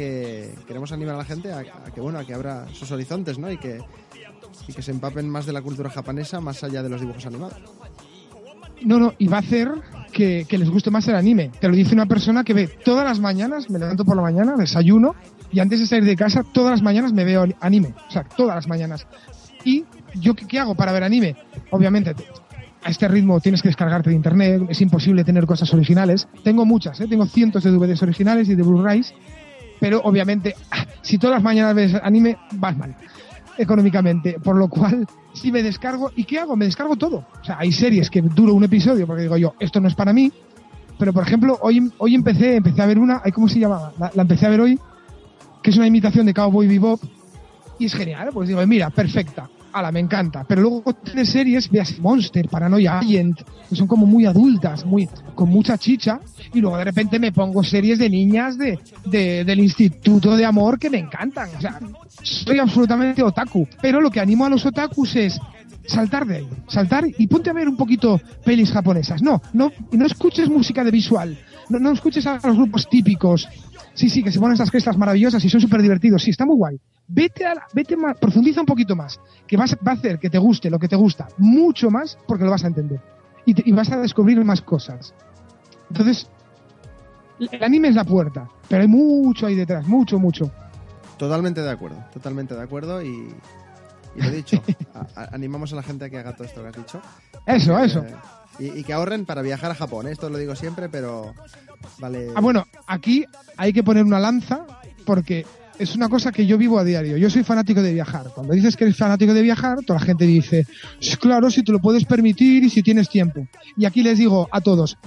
que bueno, a que abra sus horizontes, ¿no? Y que se empapen más de la cultura japonesa más allá de los dibujos animados. No, y va a hacer que les guste más el anime. Te lo dice una persona que ve todas las mañanas, me levanto por la mañana, desayuno, y antes de salir de casa, todas las mañanas me veo anime. O sea, todas las mañanas. ¿Y yo qué hago para ver anime? Obviamente, a este ritmo tienes que descargarte de internet, es imposible tener cosas originales. Tengo muchas, tengo cientos de DVDs originales y de Blu-rays, pero obviamente, si todas las mañanas ves anime, vas mal económicamente, por lo cual si me descargo, ¿y qué hago? Me descargo todo. O sea, hay series que duro un episodio porque digo yo, esto no es para mí, pero por ejemplo, hoy empecé a ver una, ¿cómo se llamaba? La empecé a ver hoy, que es una imitación de Cowboy Bebop, y es genial, pues digo, mira, perfecta, me encanta. Pero luego tienes series, veas Monster, Paranoia Agent, que son como muy adultas, con mucha chicha, y luego de repente me pongo series de niñas del Instituto de Amor que me encantan. O sea, soy absolutamente otaku. Pero lo que animo a los otakus es saltar de ahí, saltar y ponte a ver un poquito pelis japonesas. No escuches música de visual, no escuches a los grupos típicos. Sí, que se ponen esas gestas maravillosas y son súper divertidos. Sí, está muy guay. Vete más, profundiza un poquito más, que va a hacer que te guste lo que te gusta mucho más porque lo vas a entender. Y vas a descubrir más cosas. Entonces, el anime es la puerta, pero hay mucho ahí detrás, mucho. Totalmente de acuerdo y lo dicho, animamos a la gente a que haga todo esto que has dicho. Eso. Y que ahorren para viajar a Japón, esto lo digo siempre, pero vale... Bueno, aquí hay que poner una lanza porque es una cosa que yo vivo a diario. Yo soy fanático de viajar. Cuando dices que eres fanático de viajar, toda la gente dice, claro, si te lo puedes permitir y si tienes tiempo. Y aquí les digo a todos,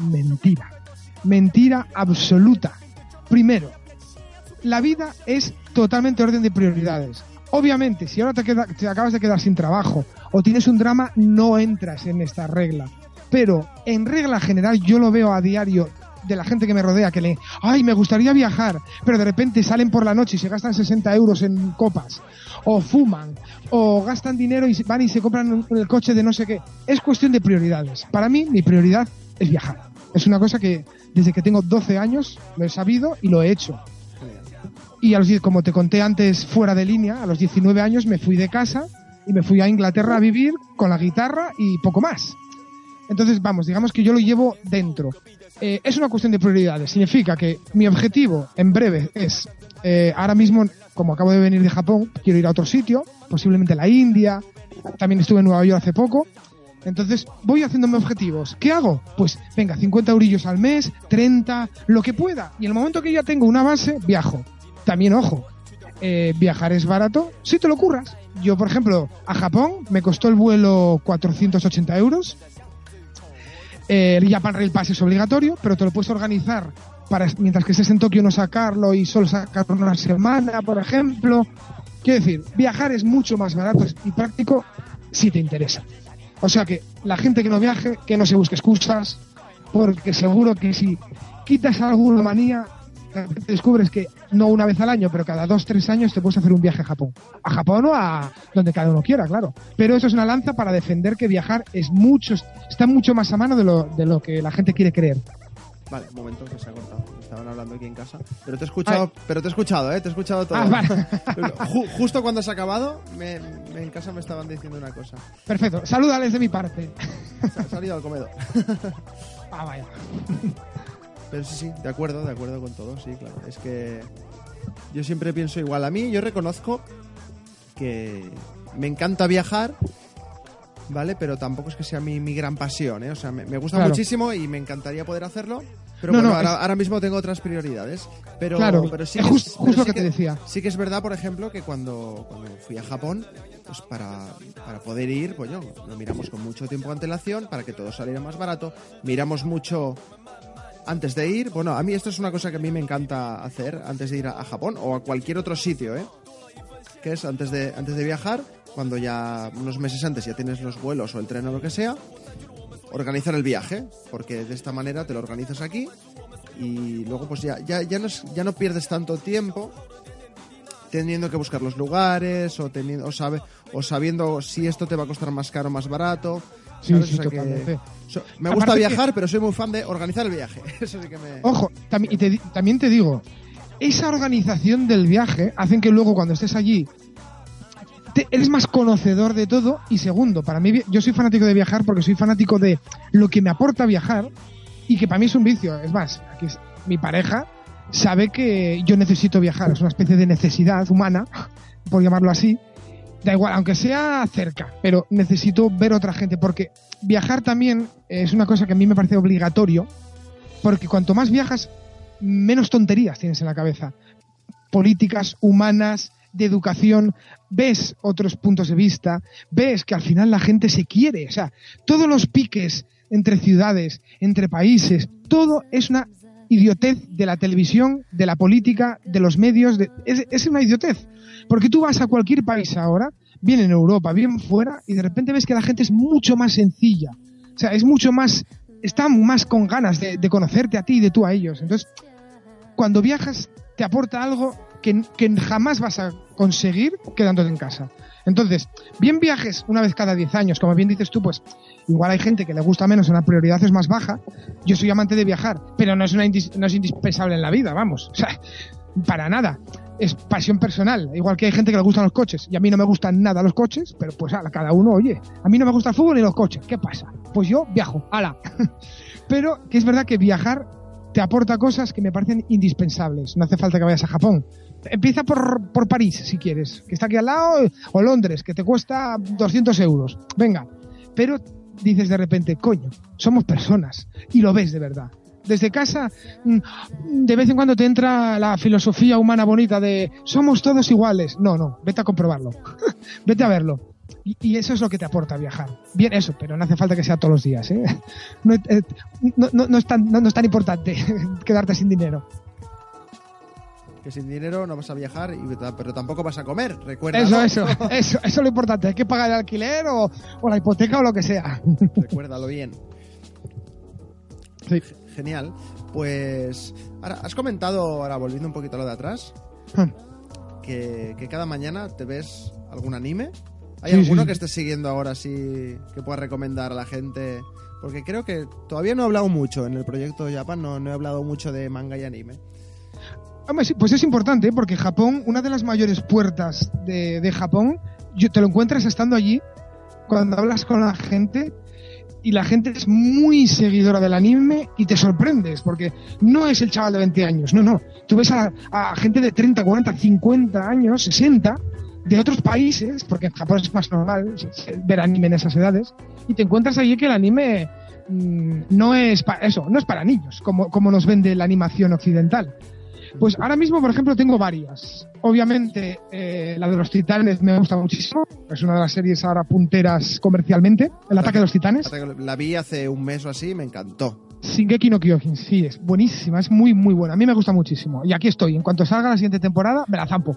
mentira absoluta. Primero, la vida es totalmente orden de prioridades. Obviamente, si ahora te acabas de quedar sin trabajo o tienes un drama, no entras en esta regla. Pero, en regla general, yo lo veo a diario de la gente que me rodea, que me gustaría viajar, pero de repente salen por la noche y se gastan 60 euros en copas, o fuman, o gastan dinero y van y se compran el coche de no sé qué. Es cuestión de prioridades. Para mí, mi prioridad es viajar. Es una cosa que desde que tengo 12 años lo he sabido y lo he hecho. Y como te conté antes fuera de línea, a los 19 años me fui de casa y me fui a Inglaterra a vivir con la guitarra y poco más. Entonces, digamos que yo lo llevo dentro. Es una cuestión de prioridades. Significa que mi objetivo en breve es, ahora mismo, como acabo de venir de Japón, quiero ir a otro sitio, posiblemente la India, también estuve en Nueva York hace poco. Entonces, voy haciéndome objetivos. ¿Qué hago? Pues, venga, 50 eurillos al mes, 30, lo que pueda. Y en el momento que ya tengo una base, viajo. También, ojo, viajar es barato si te lo curras. Yo, por ejemplo, a Japón me costó el vuelo 480 euros. El Japan Rail Pass es obligatorio, pero te lo puedes organizar mientras que estés en Tokio no sacarlo y solo sacar una semana, por ejemplo. Quiero decir, viajar es mucho más barato y práctico si te interesa. O sea que la gente que no viaje, que no se busque excusas, porque seguro que si quitas alguna manía, descubres que no una vez al año, pero cada 2-3 años te puedes hacer un viaje a Japón. A Japón o a donde cada uno quiera, claro. Pero eso es una lanza para defender que viajar está mucho más a mano de lo que la gente quiere creer. Vale, un momento, que se ha cortado. Estaban hablando aquí en casa. Pero te he escuchado, te he escuchado todo. Vale. Justo cuando has acabado, en casa me estaban diciendo una cosa. Perfecto, salúdales de mi parte. Se ha salido al comedor. Vaya. Pero sí, de acuerdo con todo, sí, claro. Es que yo siempre pienso igual. A mí, yo reconozco que me encanta viajar, ¿vale? Pero tampoco es que sea mi gran pasión, ¿eh? O sea, me gusta muchísimo y me encantaría poder hacerlo. Pero ahora mismo tengo otras prioridades. Pero sí, justo lo que te decía. Sí que es verdad, por ejemplo, que cuando fui a Japón, pues para poder ir, pues lo miramos con mucho tiempo de antelación para que todo saliera más barato. Miramos mucho antes de ir. Bueno, a mí esto es una cosa que a mí me encanta hacer antes de ir a Japón o a cualquier otro sitio, ¿eh? Que es antes de viajar, cuando ya unos meses antes ya tienes los vuelos o el tren o lo que sea, organizar el viaje, porque de esta manera te lo organizas aquí y luego pues ya no pierdes tanto tiempo teniendo que buscar los lugares o sabiendo si esto te va a costar más caro o más barato. Sí, ¿sabes? sí, O sea totalmente. me gusta Aparte viajar, pero soy muy fan de organizar el viaje. Eso sí que me... Ojo, también te digo, esa organización del viaje hacen que luego cuando estés allí eres más conocedor de todo. Y segundo, para mí, yo soy fanático de viajar porque soy fanático de lo que me aporta viajar y que para mí es un vicio. Es más, aquí mi pareja sabe que yo necesito viajar, es una especie de necesidad humana, por llamarlo así. Da igual, aunque sea cerca, pero necesito ver otra gente, porque viajar también es una cosa que a mí me parece obligatorio, porque cuanto más viajas, menos tonterías tienes en la cabeza. Políticas, humanas, de educación, ves otros puntos de vista, ves que al final la gente se quiere. O sea, todos los piques entre ciudades, entre países, todo es una idiotez de la televisión, de la política, de los medios. Es una idiotez. Porque tú vas a cualquier país ahora, bien en Europa, bien fuera, y de repente ves que la gente es mucho más sencilla. O sea, es mucho más, están más con ganas de conocerte a ti y de tú a ellos. Entonces, cuando viajas, te aporta algo que jamás vas a conseguir quedándote en casa. Entonces, bien viajes una vez cada 10 años, como bien dices tú, pues igual hay gente que le gusta menos, una prioridad es más baja. Yo soy amante de viajar, pero no es indispensable en la vida, vamos. O sea, para nada. Es pasión personal, igual que hay gente que le gustan los coches y a mí no me gustan nada los coches, pero pues a cada uno, oye, a mí no me gusta el fútbol ni los coches, ¿qué pasa? Pues yo viajo, ¡hala! Pero que es verdad que viajar te aporta cosas que me parecen indispensables. No hace falta que vayas a Japón. Empieza por París, si quieres, que está aquí al lado, o Londres, que te cuesta 200 euros. Venga, pero dices de repente, coño, somos personas, y lo ves de verdad. Desde casa, de vez en cuando te entra la filosofía humana bonita de somos todos iguales. No, vete a comprobarlo. Vete a verlo. Y eso es lo que te aporta viajar. Bien, eso, pero no hace falta que sea todos los días, ¿eh? No es tan importante quedarte sin dinero. Que sin dinero no vas a viajar, pero tampoco vas a comer, recuerda. Eso es lo importante. Hay que pagar el alquiler o la hipoteca o lo que sea. Recuérdalo bien. Sí. Genial. Pues ahora has comentado, ahora volviendo un poquito a lo de atrás, que cada mañana te ves algún anime. ¿Hay alguno que estés siguiendo ahora sí que puedas recomendar a la gente? Porque creo que todavía no he hablado mucho en el proyecto Japan, no he hablado mucho de manga y anime. Hombre, sí, pues es importante porque Japón, una de las mayores puertas de Japón, te lo encuentras estando allí cuando hablas con la gente. Y la gente es muy seguidora del anime y te sorprendes, porque no es el chaval de 20 años, no. Tú ves a gente de 30, 40, 50 años, 60, de otros países, porque en Japón es más normal ver anime en esas edades, y te encuentras allí que el anime no es para niños, como nos vende la animación occidental. Pues ahora mismo, por ejemplo, tengo varias. Obviamente, la de los Titanes me gusta muchísimo. Es una de las series ahora punteras comercialmente. El ataque de los Titanes. La vi hace un mes o así, me encantó. Shingeki no Kyojin, sí, es buenísima, es muy, muy buena. A mí me gusta muchísimo. Y aquí estoy. En cuanto salga la siguiente temporada, me la zampo.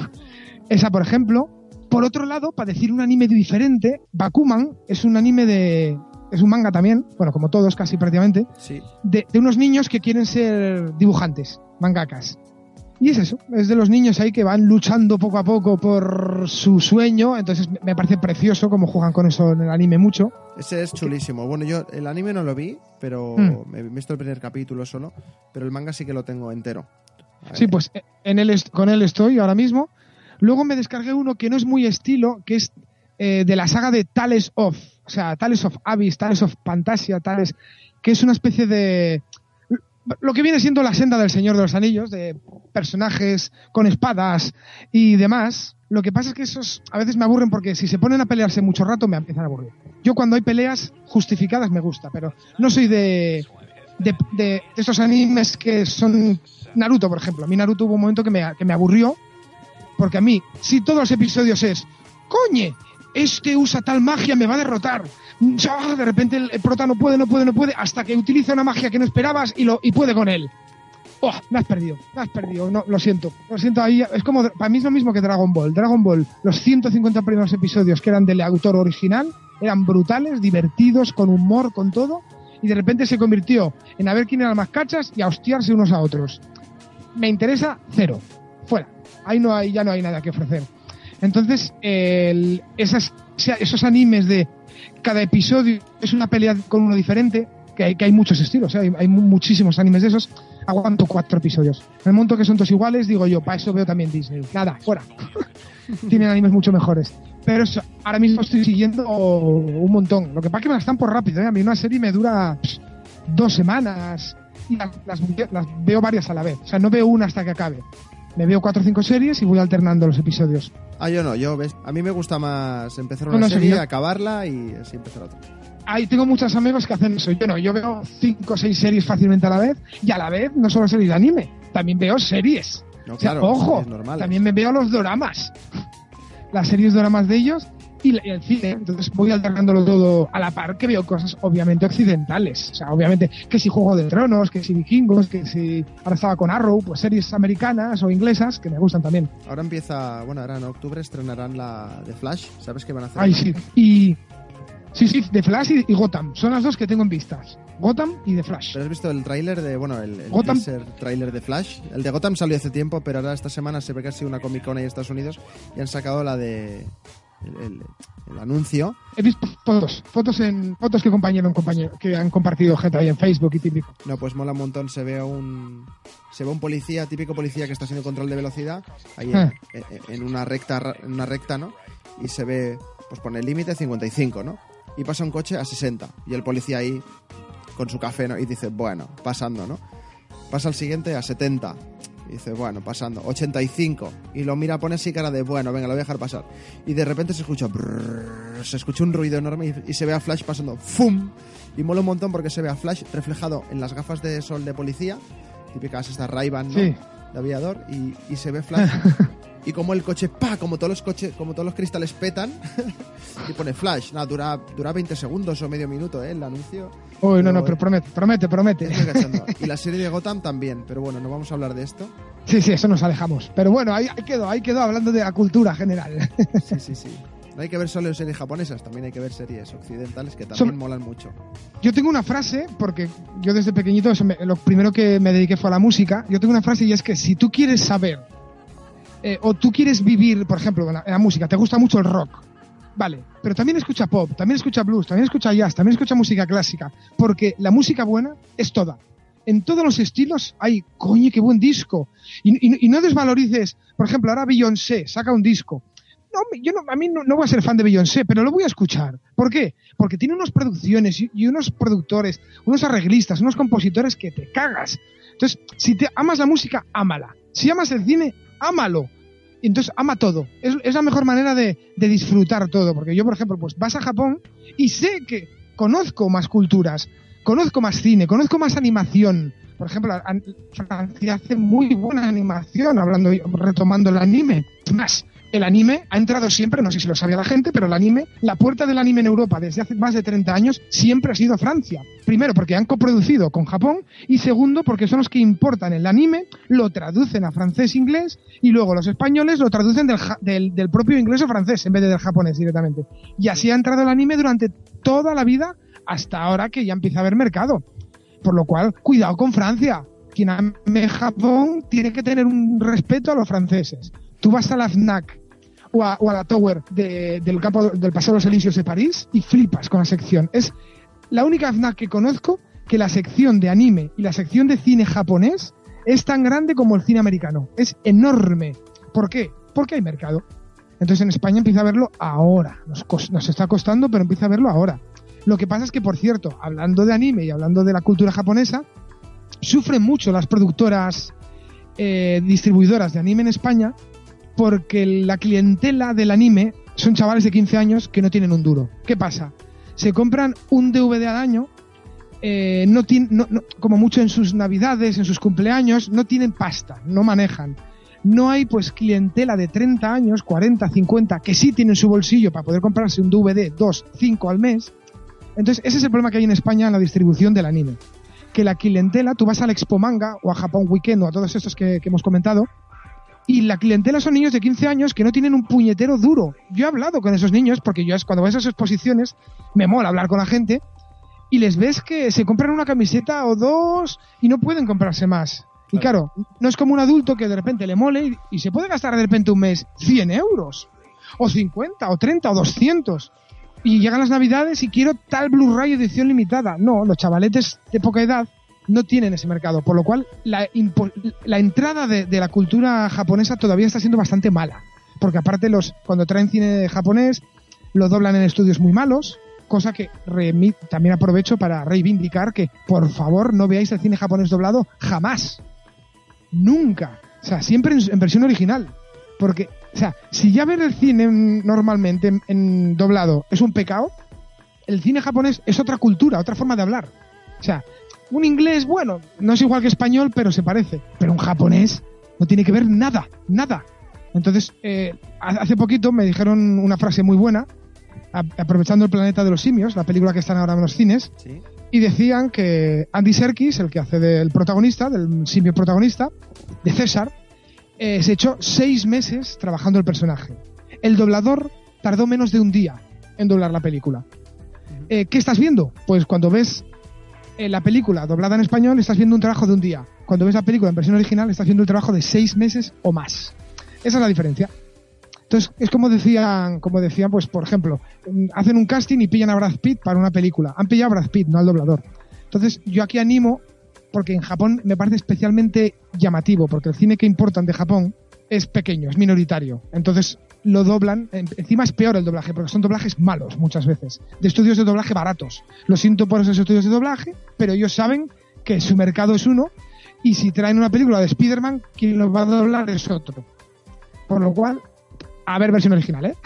Esa, por ejemplo. Por otro lado, para decir un anime diferente, Bakuman es un anime es un manga también, bueno, como todos casi prácticamente, sí. de unos niños que quieren ser dibujantes, mangakas. Y es eso, es de los niños ahí que van luchando poco a poco por su sueño, entonces me parece precioso cómo juegan con eso en el anime mucho. Ese es chulísimo. Bueno, yo el anime no lo vi, pero me he visto el primer capítulo solo, pero el manga sí que lo tengo entero. Sí, pues con él estoy ahora mismo. Luego me descargué uno que no es muy estilo, que es de la saga de Tales of, o sea, Tales of Abyss, Tales of Fantasia, que es una especie de lo que viene siendo la senda del Señor de los Anillos, de personajes con espadas y demás. Lo que pasa es que esos a veces me aburren porque si se ponen a pelearse mucho rato me empiezan a aburrir. Yo cuando hay peleas justificadas me gusta, pero no soy de esos animes que son Naruto, por ejemplo. A mí Naruto hubo un momento que me aburrió, porque a mí, si todos los episodios es ¡coñe! Este usa tal magia, me va a derrotar. De repente el prota no puede, hasta que utiliza una magia que no esperabas y puede con él. ¡Oh! Me has perdido. No, lo siento ahí. Es como, para mí es lo mismo que Dragon Ball. Dragon Ball, los 150 primeros episodios que eran del autor original, eran brutales, divertidos, con humor, con todo, y de repente se convirtió en a ver quién era más cachas y a hostiarse unos a otros. Me interesa cero. Fuera. Ahí ya no hay nada que ofrecer. Entonces, esos animes de cada episodio es una pelea con uno diferente, que hay muchos estilos, hay muchísimos animes de esos. Aguanto 4 episodios. En el momento que son todos iguales, digo yo, para eso veo también Disney. Nada, fuera. Tienen animes mucho mejores. Pero ahora mismo estoy siguiendo un montón. Lo que pasa es que me las están por rápido, ¿eh? A mí una serie me dura 2 semanas y las veo varias a la vez. O sea, no veo una hasta que acabe. Me veo 4 o 5 series y voy alternando los episodios. Yo no, a mí me gusta más empezar una serie, acabarla y así empezar otra. Tengo muchos amigos que hacen eso. Yo veo 5 o 6 series fácilmente a la vez, y a la vez no solo series de anime, también veo series. No, o sea, claro, ojo, también me veo los doramas, las series doramas de ellos y el cine. Entonces voy alternándolo todo a la par, que veo cosas obviamente occidentales. O sea, obviamente que si Juego de Tronos, que si Vikingos, que si ahora estaba con Arrow, pues series americanas o inglesas que me gustan también. Ahora ahora en octubre estrenarán la de Flash. ¿Sabes qué van a hacer? Ay, sí. Sí, de Flash y Gotham. Son las 2 que tengo en vistas. Gotham y The Flash. ¿Pero has visto el tráiler el Gotham? teaser tráiler de Flash? El de Gotham salió hace tiempo, pero ahora esta semana se ve que ha sido una Comic Con ahí en Estados Unidos y han sacado la de el anuncio. He visto fotos que han compartido gente ahí en Facebook y típico. No, pues mola un montón. Se ve un policía, típico policía que está haciendo control de velocidad ahí en una recta, ¿no? Y se ve, pues pone el límite 55, ¿no? Y pasa un coche a 60 y el policía ahí con su café, ¿no? Y dice, bueno, pasando, ¿no? Pasa al siguiente a 70 y dice, bueno, pasando, 85 y lo mira, pone así cara de, bueno, venga, lo voy a dejar pasar, y de repente se escucha un ruido enorme y se ve a Flash pasando, ¡fum! Y mola un montón porque se ve a Flash reflejado en las gafas de sol de policía, típicas estas Ray-Ban, ¿no? Sí. De aviador, y se ve Flash y como el coche, como todos los cristales petan y pone Flash. Nada, dura 20 segundos o medio minuto, el anuncio. Uy, no, pero promete. Y la serie de Gotham también, pero bueno, no vamos a hablar de esto. Sí, eso nos alejamos. Pero bueno, ahí quedó hablando de la cultura general. Sí. No hay que ver solo series japonesas, también hay que ver series occidentales que también molan mucho. Yo tengo una frase, porque yo desde pequeñito, lo primero que me dediqué fue a la música. Yo tengo una frase y es que si tú quieres saber o tú quieres vivir, por ejemplo, en la música, te gusta mucho el rock, vale, pero también escucha pop, también escucha blues, también escucha jazz, también escucha música clásica, porque la música buena es toda. En todos los estilos hay, coño, qué buen disco. Y no desvalorices, por ejemplo, ahora Beyoncé saca un disco. A mí no voy a ser fan de Beyoncé, pero lo voy a escuchar. ¿Por qué? Porque tiene unas producciones y unos productores, unos arreglistas, unos compositores que te cagas. Entonces, si te amas la música, ámala. Si amas el cine, ámalo. Entonces, ama todo. Es la mejor manera de disfrutar todo. Porque yo, por ejemplo, pues vas a Japón y sé que conozco más culturas, conozco más cine, conozco más animación. Por ejemplo, Francia hace muy buena animación, retomando el anime. Es más, el anime ha entrado siempre, no sé si lo sabía la gente, pero la puerta del anime en Europa desde hace más de 30 años siempre ha sido Francia. Primero, porque han coproducido con Japón, y segundo, porque son los que importan el anime, lo traducen a francés-inglés, y luego los españoles lo traducen del propio inglés o francés en vez de del japonés directamente. Y así ha entrado el anime durante toda la vida, hasta ahora que ya empieza a haber mercado. Por lo cual, cuidado con Francia. Quien ame Japón tiene que tener un respeto a los franceses. Tú vas a la FNAC o a la Tower del Paseo de los Elíseos de París y flipas con la sección. Es la única FNAC que conozco que la sección de anime y la sección de cine japonés es tan grande como el cine americano. Es enorme. ¿Por qué? Porque hay mercado. Entonces en España empieza a verlo ahora. Nos está costando, pero empieza a verlo ahora. Lo que pasa es que, por cierto, hablando de anime y hablando de la cultura japonesa, sufren mucho las productoras distribuidoras de anime en España, porque la clientela del anime son chavales de 15 años que no tienen un duro. ¿Qué pasa? Se compran un DVD al año, como mucho en sus navidades, en sus cumpleaños, no tienen pasta, no manejan. No hay pues clientela de 30 años, 40, 50, que sí tienen su bolsillo para poder comprarse un DVD 2, 5 al mes. Entonces ese es el problema que hay en España en la distribución del anime. Que la clientela, tú vas al Expo Manga o a Japón Weekend o a todos estos que hemos comentado, y la clientela son niños de 15 años que no tienen un puñetero duro. Yo he hablado con esos niños, porque yo cuando voy a esas exposiciones me mola hablar con la gente, y les ves que se compran una camiseta o dos y no pueden comprarse más. Y claro, no es como un adulto que de repente le mole y se puede gastar de repente un mes 100 euros, o 50, o 30, o 200. Y llegan las Navidades y quiero tal Blu-ray edición limitada. No, los chavaletes de poca edad no tienen ese mercado, por lo cual la entrada de la cultura japonesa todavía está siendo bastante mala. Porque aparte cuando traen cine japonés, lo doblan en estudios muy malos, cosa que también aprovecho para reivindicar que, por favor, no veáis el cine japonés doblado jamás. Nunca. O sea, siempre en versión original. Porque, o sea, si ya ver el cine normalmente en doblado es un pecado, el cine japonés es otra cultura, otra forma de hablar. O sea, un inglés, bueno, no es igual que español, pero se parece. Pero un japonés no tiene que ver nada, nada. Entonces, hace poquito me dijeron una frase muy buena, aprovechando El planeta de los simios, la película que están ahora en los cines, ¿Sí? Y decían que Andy Serkis, el que hace del protagonista, del simio protagonista, de César, se echó 6 meses trabajando el personaje. El doblador tardó menos de un día en doblar la película. ¿Qué estás viendo? Pues cuando ves la película doblada en español, estás viendo un trabajo de un día. Cuando ves la película en versión original, estás viendo el trabajo de 6 meses o más. Esa es la diferencia. Entonces, es como decían, pues, por ejemplo, hacen un casting y pillan a Brad Pitt para una película. Han pillado a Brad Pitt, no al doblador. Entonces, yo aquí animo, porque en Japón me parece especialmente llamativo, porque el cine que importan de Japón es pequeño, es minoritario. Entonces, lo doblan. Encima es peor el doblaje, porque son doblajes malos muchas veces, de estudios de doblaje baratos. Lo siento por esos estudios de doblaje, pero ellos saben que su mercado es uno, y si traen una película de Spider-Man, quien los va a doblar es otro. Por lo cual, a ver versión original, ¿eh?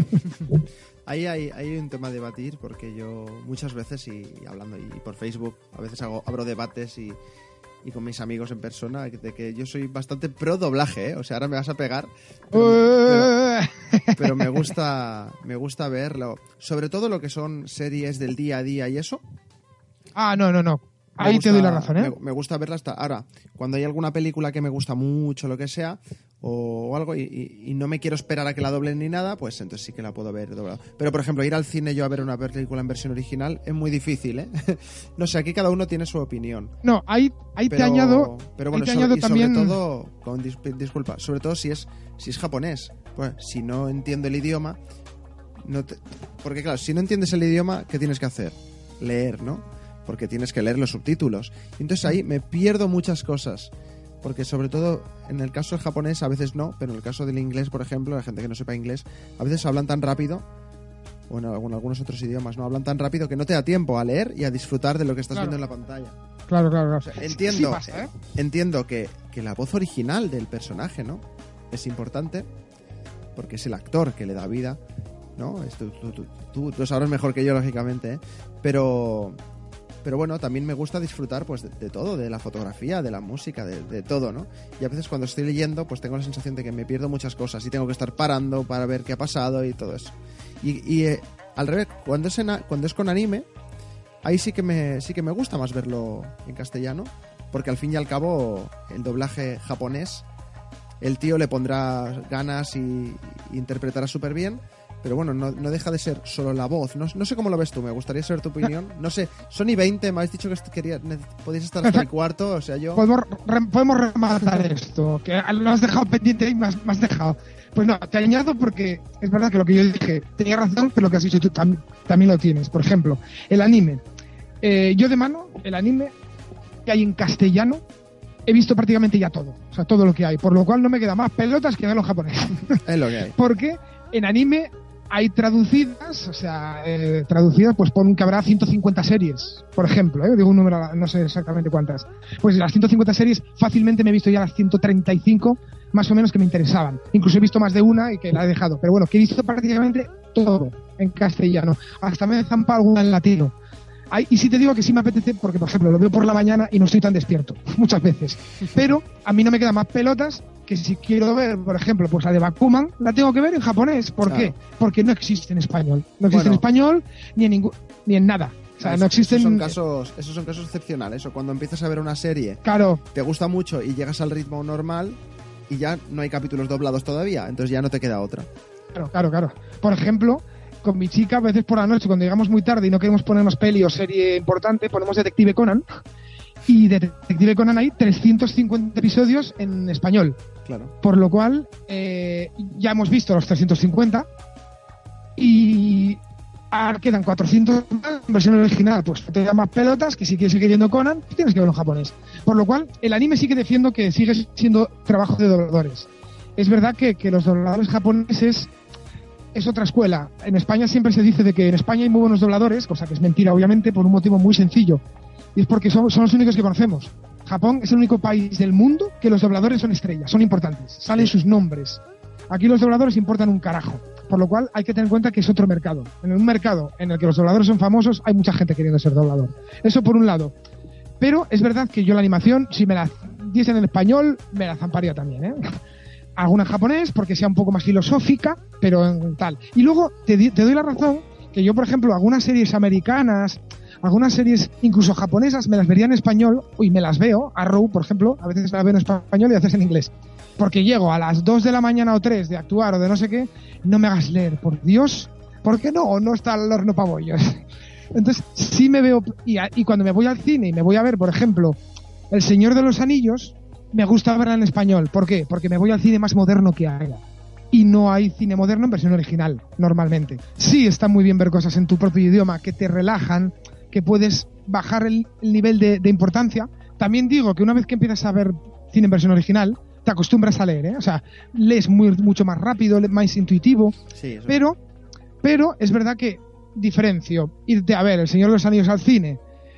Ahí hay un tema a debatir, porque yo muchas veces, y hablando y por Facebook, a veces abro debates y con mis amigos en persona, de que yo soy bastante pro doblaje, ¿eh? O sea, ahora me vas a pegar, pero me gusta verlo. Sobre todo lo que son series del día a día y eso. Ah, no. Ahí te doy la razón, ¿eh? Me gusta verla hasta ahora. Cuando hay alguna película que me gusta mucho, lo que sea, o algo, y no me quiero esperar a que la doblen ni nada, pues entonces sí que la puedo ver doblada. Pero, por ejemplo, ir al cine yo a ver una película en versión original es muy difícil, ¿eh? No sé, aquí cada uno tiene su opinión. No, ahí te añado. Pero bueno, también. Sobre todo, disculpa, sobre todo si es japonés. Pues si no entiendo el idioma, porque claro, si no entiendes el idioma, ¿qué tienes que hacer? Leer, ¿no? Porque tienes que leer los subtítulos. Y entonces ahí me pierdo muchas cosas. Porque sobre todo en el caso del japonés a veces no, pero en el caso del inglés, por ejemplo, la gente que no sepa inglés, a veces hablan tan rápido, o en algunos otros idiomas, no hablan tan rápido que no te da tiempo a leer y a disfrutar de lo que estás viendo en la pantalla. Claro. O sea, entiendo, sí pasa, ¿eh? Entiendo que la voz original del personaje, ¿no?, es importante, porque es el actor que le da vida, ¿no? Tú lo sabrás mejor que yo, lógicamente, ¿eh? Pero bueno, también me gusta disfrutar pues de todo, de la fotografía, de la música, de todo, ¿no? Y a veces cuando estoy leyendo, pues tengo la sensación de que me pierdo muchas cosas y tengo que estar parando para ver qué ha pasado y todo eso. Y al revés, cuando es con anime, ahí sí que me gusta más verlo en castellano, porque al fin y al cabo el doblaje japonés, el tío le pondrá ganas y interpretará súper bien. Pero bueno, no deja de ser solo la voz. No sé cómo lo ves tú, me gustaría saber tu opinión. No sé, Sony 20, me has dicho que podías estar hasta el cuarto, o sea, yo... Podemos rematar esto, que lo has dejado pendiente y me has dejado. Pues no, te añado porque es verdad que lo que yo dije tenía razón, pero lo que has dicho tú también lo tienes. Por ejemplo, el anime. Yo de mano, el anime que hay en castellano, he visto prácticamente ya todo. O sea, todo lo que hay. Por lo cual no me queda más pelotas que verlo en japonés. Es lo que hay. Porque en anime hay traducidas, traducidas, pues pon que habrá 150 series, por ejemplo, digo un número, no sé exactamente cuántas. Pues las 150 series fácilmente me he visto ya las 135, más o menos, que me interesaban. Incluso he visto más de una y que la he dejado. Pero bueno, que he visto prácticamente todo en castellano. Hasta me he zampado alguna en latino. Y sí te digo que sí me apetece, porque por ejemplo lo veo por la mañana y no estoy tan despierto, muchas veces. Pero a mí no me quedan más pelotas que si quiero ver, por ejemplo, pues la de Bakuman, la tengo que ver en japonés. ¿Por qué? Porque no existe en español. No existe en español ni en nada. O sea, no existen... Esos son casos excepcionales. O cuando empiezas a ver una serie, claro, te gusta mucho y llegas al ritmo normal y ya no hay capítulos doblados todavía, entonces ya no te queda otra. Claro. Por ejemplo, con mi chica, a veces por la noche, cuando llegamos muy tarde y no queremos ponernos peli o serie importante, ponemos Detective Conan. Y Detective Conan hay 350 episodios en español. Claro. Por lo cual, ya hemos visto los 350 y ahora quedan 400 más en versión original. Pues te llamas pelotas, que si quieres seguir viendo Conan, pues tienes que verlo en japonés. Por lo cual, el anime sí que defiendo que sigue siendo trabajo de dobladores. Es verdad que los dobladores japoneses es otra escuela. En España siempre se dice de que en España hay muy buenos dobladores, cosa que es mentira, obviamente, por un motivo muy sencillo. Y es porque son los únicos que conocemos. Japón es el único país del mundo que los dobladores son estrellas, son importantes, salen sus nombres. Aquí los dobladores importan un carajo, por lo cual hay que tener en cuenta que es otro mercado. En un mercado en el que los dobladores son famosos, hay mucha gente queriendo ser doblador. Eso por un lado. Pero es verdad que yo la animación, si me la diesen en español, me la zamparía también, ¿eh? Alguna en japonés, porque sea un poco más filosófica, pero en tal. Y luego te doy la razón que yo, por ejemplo, algunas series americanas, algunas series incluso japonesas, me las vería en español, y me las veo, Arrow, por ejemplo, a veces me las veo en español y a veces en inglés. Porque llego a las 2 de la mañana o 3 de actuar o de no sé qué, no me hagas leer, por Dios, ¿por qué no? No está el horno para bollos. Entonces, sí me veo, y cuando me voy al cine y me voy a ver, por ejemplo, El Señor de los Anillos, me gusta verla en español. ¿Por qué? Porque me voy al cine más moderno que haya. Y no hay cine moderno en versión original, normalmente. Sí está muy bien ver cosas en tu propio idioma que te relajan, que puedes bajar el nivel de importancia. También digo que una vez que empiezas a ver cine en versión original, te acostumbras a leer, ¿eh? O sea, lees mucho más rápido, más intuitivo. Sí, eso. Pero es verdad que diferencio irte a ver El Señor de los Anillos al cine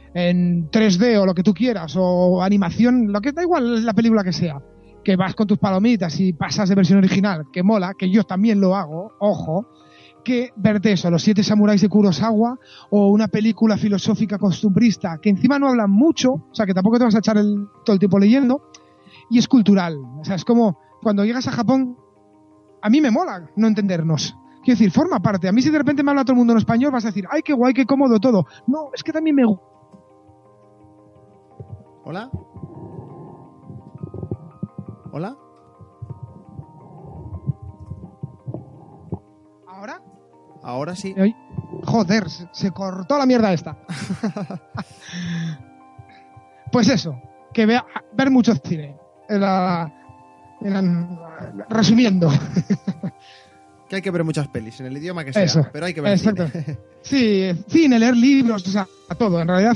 en 3D o lo que tú quieras, o animación, lo que da igual la película que sea, que vas con tus palomitas y pasas de versión original, que mola, que yo también lo hago, ojo, que verte eso, Los 7 samuráis de Kurosawa, o una película filosófica costumbrista, que encima no hablan mucho, o sea, que tampoco te vas a echar todo el tiempo leyendo, y es cultural. O sea, es como cuando llegas a Japón, a mí me mola no entendernos. Quiero decir, forma parte. A mí si de repente me habla todo el mundo en español, vas a decir, ay, qué guay, qué cómodo todo. No, es que también me gusta. ¿Hola? ¿Hola? ¿Ahora? Ahora sí. Joder, se cortó la mierda esta. Pues eso, que ver mucho cine. Resumiendo. Que hay que ver muchas pelis, en el idioma que sea, eso, pero hay que ver exacto. cine. Sí, cine, leer libros, o sea, todo. En realidad,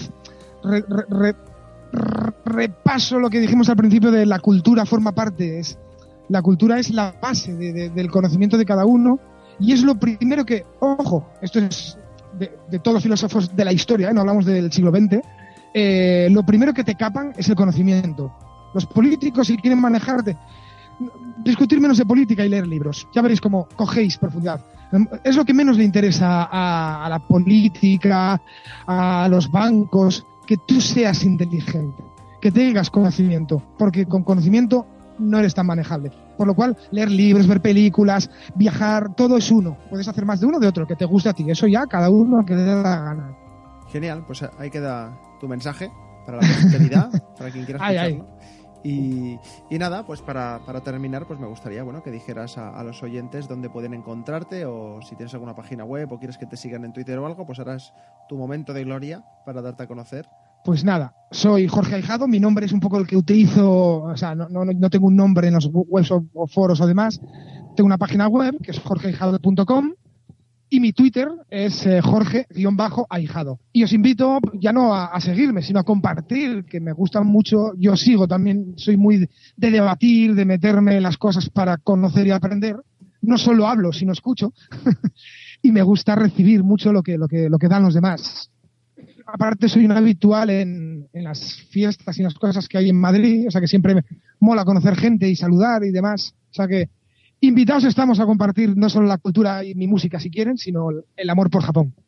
repaso lo que dijimos al principio de la cultura forma parte. La cultura es la base del conocimiento de cada uno, y es lo primero que, ojo, esto es de todos los filósofos de la historia, no hablamos del siglo XX, lo primero que te capan es el conocimiento. Los políticos, si quieren manejarte, discutir menos de política y leer libros. Ya veréis cómo cogéis profundidad. Es lo que menos le interesa a la política, a los bancos, que tú seas inteligente, que tengas conocimiento, porque con conocimiento no eres tan manejable. Por lo cual, leer libros, ver películas, viajar, todo es uno. Puedes hacer más de uno o de otro, que te guste a ti. Eso ya, cada uno que le dé la gana. Genial, pues ahí queda tu mensaje para la posteridad, para quien quiera escucharlo. Y nada, pues para terminar, pues me gustaría, bueno, que dijeras a los oyentes dónde pueden encontrarte, o si tienes alguna página web o quieres que te sigan en Twitter o algo, pues ahora es tu momento de gloria para darte a conocer. Pues nada, soy Jorge Ahijado, mi nombre es un poco el que utilizo, o sea, no tengo un nombre en los webs o foros o demás. Tengo una página web que es jorgeahijado.com y mi Twitter es Jorge_Ahijado. Y os invito ya no a seguirme, sino a compartir, que me gusta mucho. Yo sigo también, soy muy de debatir, de meterme en las cosas para conocer y aprender. No solo hablo, sino escucho. Y me gusta recibir mucho lo que dan los demás. Aparte soy un habitual en las fiestas y las cosas que hay en Madrid, o sea que siempre me mola conocer gente y saludar y demás. O sea que invitados estamos a compartir no solo la cultura y mi música si quieren, sino el amor por Japón.